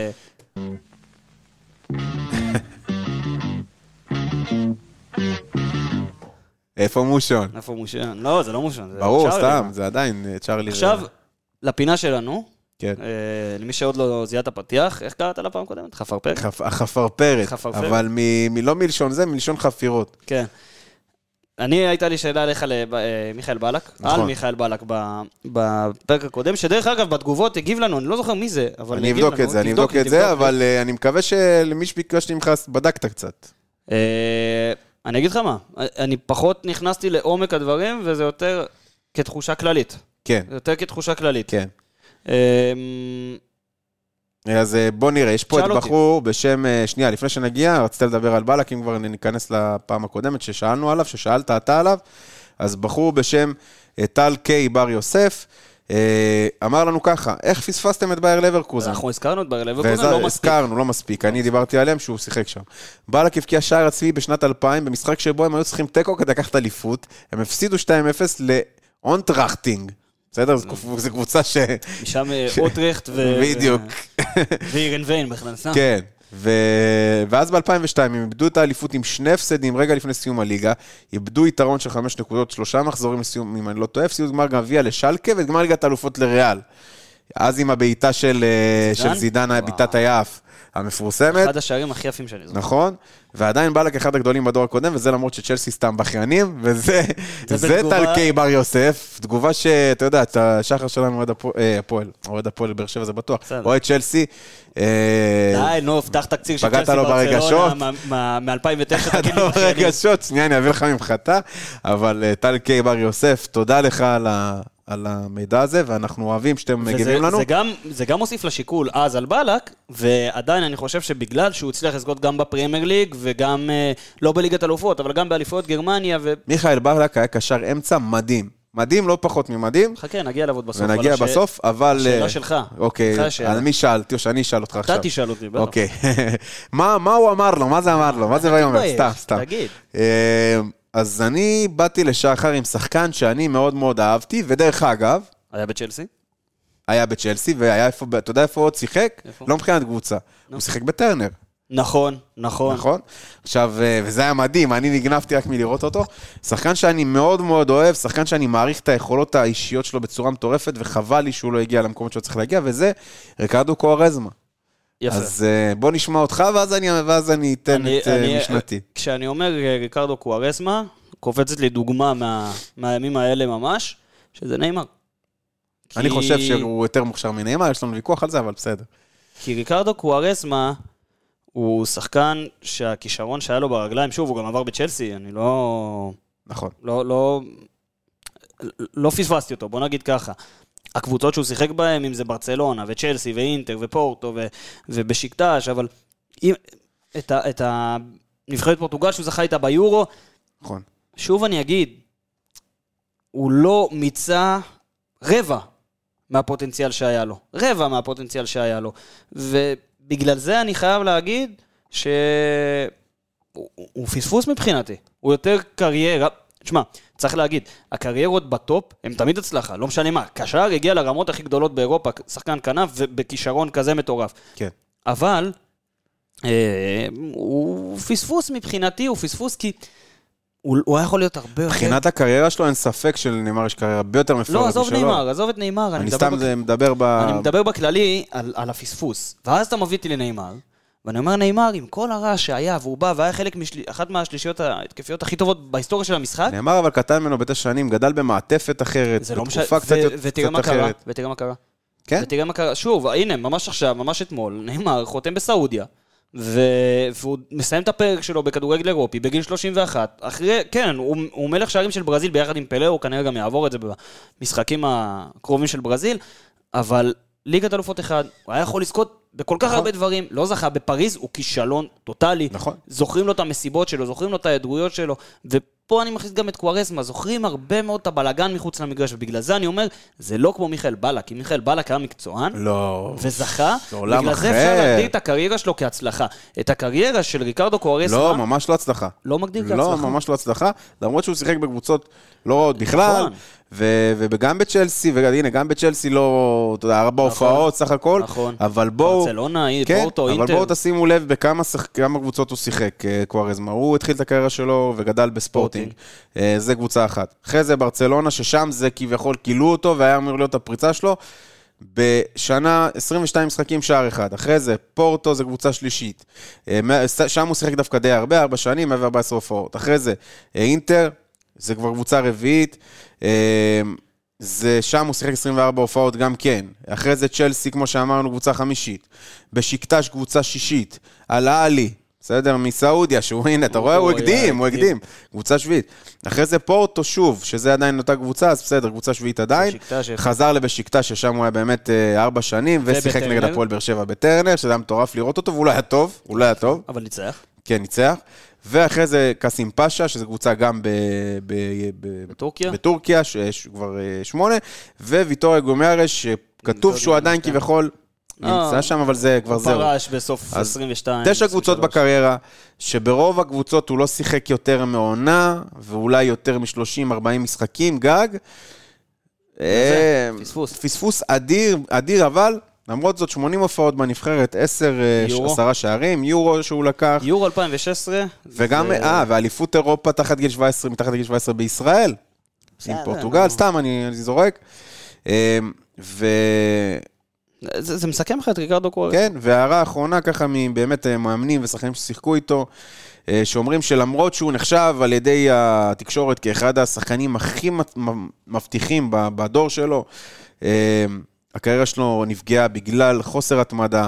איפה מושון? לא, זה לא מושון. ברור, סתם, זה עדיין צ'רלי. עכשיו, לפינה שלנו, כן. למי שעוד לא זיהה את הפתיח, איך קראת לה פעם קודמת? חפרפרת? החפרפרת, אבל לא מלשון זה, מלשון חפירות. כן. הייתה לי שאלה עליך למיכאל בלק, על מיכאל בלק בפרק הקודם, שדרך אגב בתגובות הגיב לנו, אני לא זוכר מי זה, אבל אני אבדוק את זה, אבל אני מקווה שלמי שביקשתי ממך בדקת קצת. אני אגיד לך מה, אני פחות נכנסתי לעומק הדברים, וזה יותר כתחושה כללית. כן. זה יותר כתחושה כללית. כן. אז בוא נראה, יש פה את בחור בשם, שנייה, לפני שנגיע, רציתי לדבר על בלק, אם כבר ניכנס לפעם הקודמת ששאלנו עליו, ששאלת אתה עליו, אז בחור בשם טל קיי בר יוסף, אמר לנו ככה, איך פספסתם את בייר לברקוזן? אנחנו הזכרנו את בייר לברקוזן, לא מספיק. הזכרנו, לא מספיק, אני דיברתי עליהם שהוא שיחק שם. בלק הבקיע שער עצמי בשנת 2000, במשחק שבו הם היו צריכים טקו כדי לקחת אליפות, הם הפסידו 2-0 לאונטראכטינג. בסדר? זו קבוצה משם אוטרחט בדיוק. ואירן ויין בכלל. כן. ואז ב-2002 הם איבדו את האליפות עם 2 הפסדים רגע לפני סיום הליגה, איבדו יתרון של 5 נקודות, 3 מחזורים לסיום, אם אני לא טועה, הפסידו גמר גביע לשלקה וגמר ליגת האלופות לריאל. אז עם הבעיטה של זידן, בעיטת היעף. המפורסמת. אחד השערים הכי יפים שאני זוכר. נכון, ועדיין בלק אחד הגדולים בדור הקודם, וזה למרות שצ'לסי סתם בכיינים, וזה טלקי בר יוסף, תגובה שאתה יודע, את השחר שלנו אוהד הפועל באר שבע, זה בטוח, אוהד צ'לסי. די, נו, פתח תקציר של צ'לסי ברצלונה מ-2009, תגיד לי בכיינים. ברגשות, שנייה, אני אביא לך ממחתה, אבל טלקי בר יוסף, תודה לך על המידע הזה, ואנחנו אוהבים שאתם מגיבים לנו. זה גם מוסיף לשיקול אז על בלק, ועדיין אני חושב שבגלל שהוא הצליח לזכות גם בפרמייר ליג, וגם לא בליגת אלופות, אבל גם באליפויות גרמניה. מיכאל בלק היה קשר אמצע מדהים. מדהים, לא פחות ממדהים. חכה, נגיע לעבוד בסוף. ונגיע בסוף, אבל... שאלה שלך. אוקיי, על מי שאלתי, או שאני אשאל אותך עכשיו. אתה תשאל אותי, בטח. אוקיי. מה הוא אמר לו? מה זה אמר לו? מה זה ויאמר? סתם. תגיד. אז אני באתי לשחר עם שחקן שאני מאוד מאוד אהבתי, ודרך אגב... היה בצ'לסי? היה בצ'לסי, והיה איפה, אתה יודע איפה עוד שיחק? לא מבחינת קבוצה. הוא שיחק בטרנר. נכון. עכשיו, וזה היה מדהים, אני נגנבתי רק מלראות אותו. שחקן שאני מאוד מאוד אוהב, שחקן שאני מעריך את היכולות האישיות שלו בצורה מטורפת, וחבל לי שהוא לא הגיע למקומות שהוא צריך להגיע, וזה ריקרדו קוארזמה. יפה. אז בוא נשמע אותך, ואז אני אתן את משנתי. כשאני אומר ריקרדו קוארזמה, קופצת לי דוגמה מהימים האלה ממש, שזה ניימר. אני חושב שהוא יותר מוכשר מניימר, יש לנו ויכוח על זה, אבל בסדר. כי ריקרדו קוארזמה הוא שחקן שהכישרון שהיה לו ברגליים, שוב, הוא גם עבר בצ'לסי, אני לא... נכון. לא פספסתי אותו, בוא נגיד ככה. הקבוצות שהוא שיחק בהם, אם זה ברצלונה וצ'לסי ואינטר ופורטו ובשיקטש, אבל את הנבחרת פורטוגל שהוא זכה איתה ביורו, נכון. שוב אני אגיד, הוא לא מיצה רבע מהפוטנציאל שהיה לו. ובגלל זה אני חייב להגיד שהוא פספוס מבחינתי. הוא יותר קריירה, תשמע, צריך להגיד, הקריירות בטופ הם תמיד הצלחה, לא משנה מה. קשר הגיע לרמות הכי גדולות באירופה, שחקן כנף ובכישרון כזה מטורף. כן. אבל הוא פספוס מבחינתי, הוא פספוס כי הוא היה יכול להיות הרבה יותר... מבחינת הקריירה שלו אין ספק שלניימר יש קריירה הרבה יותר מפוארת משלו. לא, עזוב את ניימר. אני סתם מדבר אני מדבר בכללי על הפספוס. ואז אתה מביא אותי לניימר, ואני אומר ניימר, עם כל הרעש שהיה, והוא בא, והיה חלק אחת מהשלישיות ההתקפיות הכי טובות בהיסטוריה של המשחק. ניימר אבל קטן ממנו ב9 שנים, גדל במעטפת אחרת, בתקופה קצת אחרת. ותראה מה קרה. כן? ותראה מה קרה. שוב, הנה, ממש עכשיו, ממש אתמול, ניימר חותם בסעודיה. והוא מסיים את הפרק שלו בכדורגל אירופי בגיל 31, אחרי, כן, הוא מלך שערים של ברזיל ביחד עם פלא, הוא כנראה גם יעבור את זה במשחקים הקרובים של ברזיל, אבל ליגת אלופות אחד, הוא היה יכול לזכות בכל כך הרבה דברים, לא זכה בפריז, הוא כישלון טוטלי, זוכרים לו את המסיבות שלו, זוכרים לו את ההדרויות שלו, ופה אני מכניס גם את קוארזמה, זוכרים הרבה מאוד את הבלגן מחוץ למגרש, ובגלל זה אני אומר, זה לא כמו מיכאל בלק, כי מיכאל בלק היה מקצוען, וזכה, בגלל זה אפשר להגדיר את הקריירה שלו כהצלחה. את הקריירה של ריקרדו קוארזמה... לא, ממש לא הצלחה. לא מגדיר כהצלחה. לא, ממש לא הצלחה, למרות שהוא שיחק בקבוצות לא רעות בכלל, וגם בצ'לסי, והנה, גם בצ'לסי לא, אתה יודע, 4 הופעות סך הכל, אבל בואו... ברצלונה, פורטו, אינטר. אבל בואו תשימו לב בכמה קבוצות הוא שיחק, קוארזמה. הוא התחיל את הקריירה שלו וגדל בספורטינג. זה קבוצה אחת. אחרי זה ברצלונה, ששם זה כביכול קילו אותו, והיה אמור להיות הפריצה שלו. בשנה 22 משחקים שער אחד. אחרי זה פורטו זה קבוצה שלישית. שם הוא שיחק דווקא די הרבה, 4 שנים, 114 הופעות. אחרי זה אינטר, זה כבר קבוצה רביעית. שם הוא שיחק 24 הופעות גם כן. אחרי זה צ'לסי, כמו שאמרנו, קבוצה חמישית. בשיקטש קבוצה שישית. אל-אהלי, בסדר, מסעודיה, שהוא, הנה, אתה רואה, הוא הקדים. קבוצה שביעית. אחרי זה פורטו שוב, שזה עדיין אותה קבוצה, אז בסדר, קבוצה שביעית עדיין. חזר לבשיקטש, ששם הוא היה באמת 4 שנים, ושיחק נגד הפועל באר שבע בטרנר, שזה היה מטורף לראות אותו, והוא לא היה טוב. אבל ניצח. כן, ניצח. ואחרי זה קסים פאשה, שזו קבוצה גם בטורקיה, שכבר 8, וויטוריה גומרש, שכתוב שהוא עדיין כביכול נמצא שם, אבל זה כבר זהו. הוא פרש בסוף 22. 9 קבוצות בקריירה, שברוב הקבוצות הוא לא שיחק יותר מעונה, ואולי יותר מ-30-40 משחקים, גג. פספוס אדיר, אבל... למרות זאת 80 הופעות בנבחרת, 10 שערים, יורו שהוא לקח. יורו 2016. וגם, ואליפות אירופה תחת גיל 17, מתחת גיל 17 בישראל. עם פורטוגל, סתם אני זורק. זה מסכם לך את ריקרדו קוארץ. כן, והערה האחרונה ככה מבאמת מאמנים ושחקנים ששיחקו איתו, שאומרים שלמרות שהוא נחשב על ידי התקשורת כאחד השחקנים הכי מבטיחים בדור שלו, הקריירה שלו נפגעה בגלל חוסר התמדה,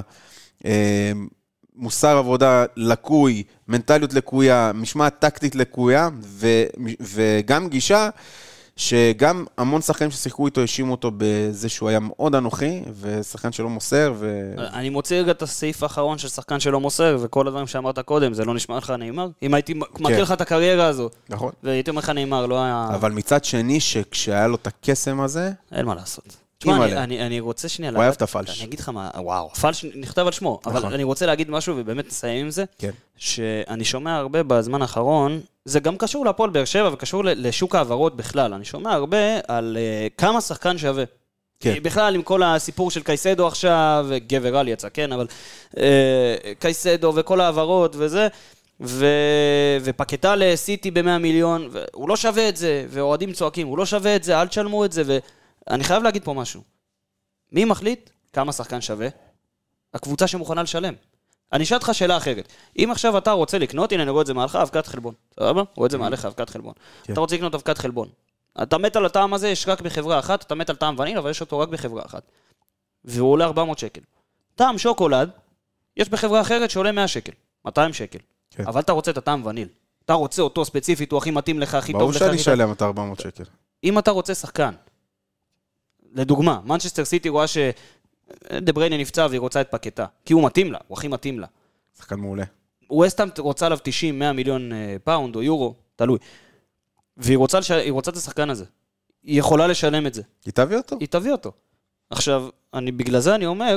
מוסר עבודה לקוי, מנטליות לקויה, משמעת טקטית לקויה, וגם גישה שגם המון שחקנים ששיחקו איתו האשימו אותו בזה שהוא היה מאוד אנוכי, ושחקן שלא מוסר. אני מוציא רגע את הסעיף האחרון של שחקן שלא מוסר, וכל הדברים שאמרת קודם, זה לא נשמע לך נאמר? אם הייתי מכיר לך את הקריירה הזו, נכון. והייתי אומר לך נאמר, לא היה... אבל מצד שני, שכשהיה לו את הקסם הזה... אין מה לעשות. תשמע, אני רוצה שנייה... הוא אוהב את הפלש. אני אגיד לך מה, וואו, הפלש נכתב על שמו, אבל אני רוצה להגיד משהו ובאמת נסיים עם זה, שאני שומע הרבה בזמן האחרון, זה גם קשור להפועל באר שבע וקשור לשוק העברות בכלל, אני שומע הרבה על כמה שחקן שווה. בכלל עם כל הסיפור של קייסדו עכשיו, גבר על יצא, כן, אבל קייסדו וכל העברות וזה, ופקטה לסיטי ב100 מיליון, הוא לא שווה את זה, ואוהדים צועקים, הוא לא שווה את זה, אל תשלמו את זה, אני חייב להגיד פה משהו. מי מחליט כמה שחקן שווה? הקבוצה שמוכנה לשלם. אני אשאל אותך שאלה אחרת. אם עכשיו אתה רוצה לקנות, הנה אני רואה את זה מעלך, אבקת חלבון. סבבה? רואה את זה מעלך, אבקת חלבון. אתה רוצה לקנות אבקת חלבון. אתה מת על הטעם הזה, יש רק בחברה אחת, אתה מת על טעם וניל, אבל יש אותו רק בחברה אחת. והוא עולה 400 שקל. טעם שוקולד, יש בחברה אחרת שעולה 100 שקל, 200 שקל. אבל אתה רוצה את הטעם וניל. אתה רוצה אותו ספציפית, הוא הכי מתאים לך, הכי טוב לך. ברור שאני אשלם את 400 שקל. אם אתה רוצה שחקן, לדוגמה, מנצ'סטר סיטי רואה שדה בריינה נפצע והיא רוצה את פקטה, כי הוא מתאים לה, הוא הכי מתאים לה. שחקן מעולה. ווסטהאם רוצה עליו 90-100 מיליון פאונד או יורו, תלוי. והיא רוצה את השחקן הזה. היא יכולה לשלם את זה. היא תביא אותו? היא תביא אותו. עכשיו, בגלל זה אני אומר,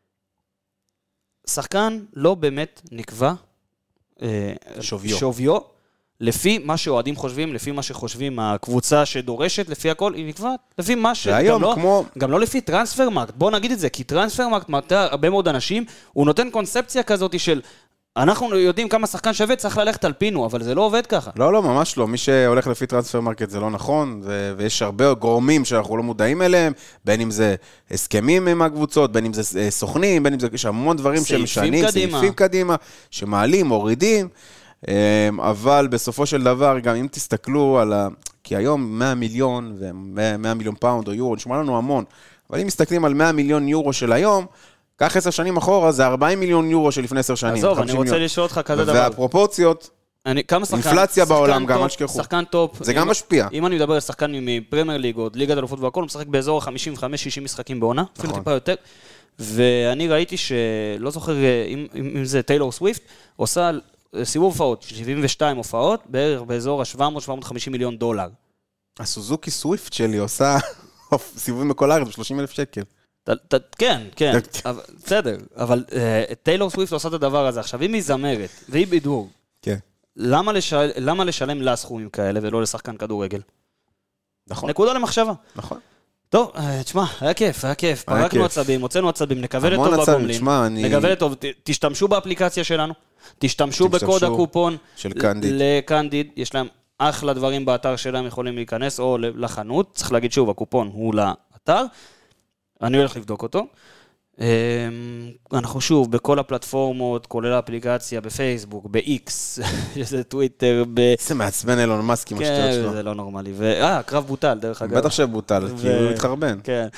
שחקן לא באמת נקבע שוויו, לפי מה שאוהדים חושבים, לפי מה שחושבים הקבוצה שדורשת, לפי הכל, היא נקבעת, לפי מה ש... גם לא לפי טרנספרמרקט, בוא נגיד את זה, כי טרנספרמרקט מטע הרבה מאוד אנשים, הוא נותן קונספציה כזאת של, אנחנו יודעים כמה שחקן שווה, צריך ללכת על פינו, אבל זה לא עובד ככה. לא, ממש לא, מי שהולך לפי טרנספרמרקט זה לא נכון, ויש הרבה גורמים שאנחנו לא מודעים אליהם, בין אם זה הסכמים עם הקבוצות, בין אם זה סוכנים, בין אם זה, יש המון דברים שמשנים, סעיפים קדימה, שמעלים, מורידים, אבל בסופו של דבר, גם אם תסתכלו על כי היום 100 מיליון ו100 מיליון פאונד או יורו, נשמע לנו המון, אבל אם מסתכלים על 100 מיליון יורו של היום, כך 10 שנים אחורה, זה 40 מיליון יורו של לפני 10 שנים. עזוב, אני רוצה לשאול אותך כזה דבר. והפרופורציות, אינפלציה בעולם, גם אל תשכחו. שחקן טופ. זה גם משפיע. אם אני מדבר על שחקן מפרמייר ליג או ליגת אלופות והכל, הוא משחק באזור 55-60 משחקים בעונה, אפילו טיפה יותר. ואני ראיתי שלא זוכר אם זה טיילור סוויפט, עושה סיבוב הופעות, 72 הופעות, בערך באזור ה-700-750 מיליון דולר. הסוזוקי סוויפט שלי עושה סיבובים בכל הארץ ב-30,000 שקל. כן, בסדר, אבל טיילור סוויפט עושה את הדבר הזה. עכשיו, אם היא זמרת והיא בידור, למה לשלם לה סכומים כאלה ולא לשחקן כדורגל? נכון. נקודה למחשבה. נכון. טוב, תשמע, היה כיף, פרקנו עצבים, הוצאנו עצבים, נקווה לטוב בגומלין, נקווה לטוב, תשתמשו באפליקציה שלנו, תשתמשו בקוד הקופון לקנדיד, יש להם אחלה דברים באתר שלהם, יכולים להיכנס או לחנות, צריך להגיד שוב, הקופון הוא לאתר, אני הולך לבדוק אותו. אנחנו שוב, בכל הפלטפורמות, כולל האפליקציה, בפייסבוק, ב-X, שזה טוויטר, זה מעצבן אילון מאסק עם השטויות שלו. כן, זה לא נורמלי. קרב בוטל, דרך אגב. בטח שבוטל, כי הוא מתחרבן. כן,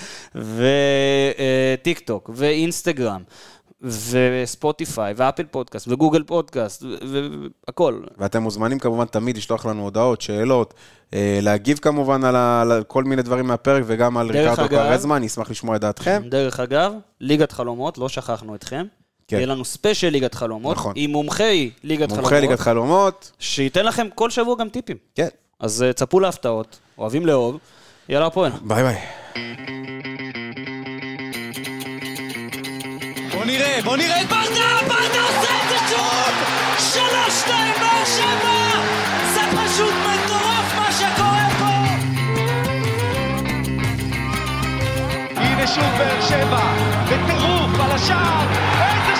וטיק טוק, ואינסטגרם, וספוטיפיי, ואפל פודקאסט, וגוגל פודקאסט, והכל. ואתם מוזמנים כמובן תמיד לשלוח לנו הודעות, שאלות, להגיב כמובן על כל מיני דברים מהפרק, וגם על ריקרדו קוארזמה, נשמח לשמוע את דעתכם. דרך אגב, ליגת חלומות, לא שכחנו אתכם. יהיה לנו ספיישל ליגת חלומות, עם מומחי ליגת חלומות, שייתן לכם כל שבוע גם טיפים. כן. אז צפו להפתעות, אוהבים לאהוב, יאללה הפועל. ביי ביי. בוא נראה, ברדה עושה את זה שוב! 3-2 באר שבע! זה פשוט מטורף מה שקורה פה! הנה שוב באר שבע, בטירוף על השער, איזה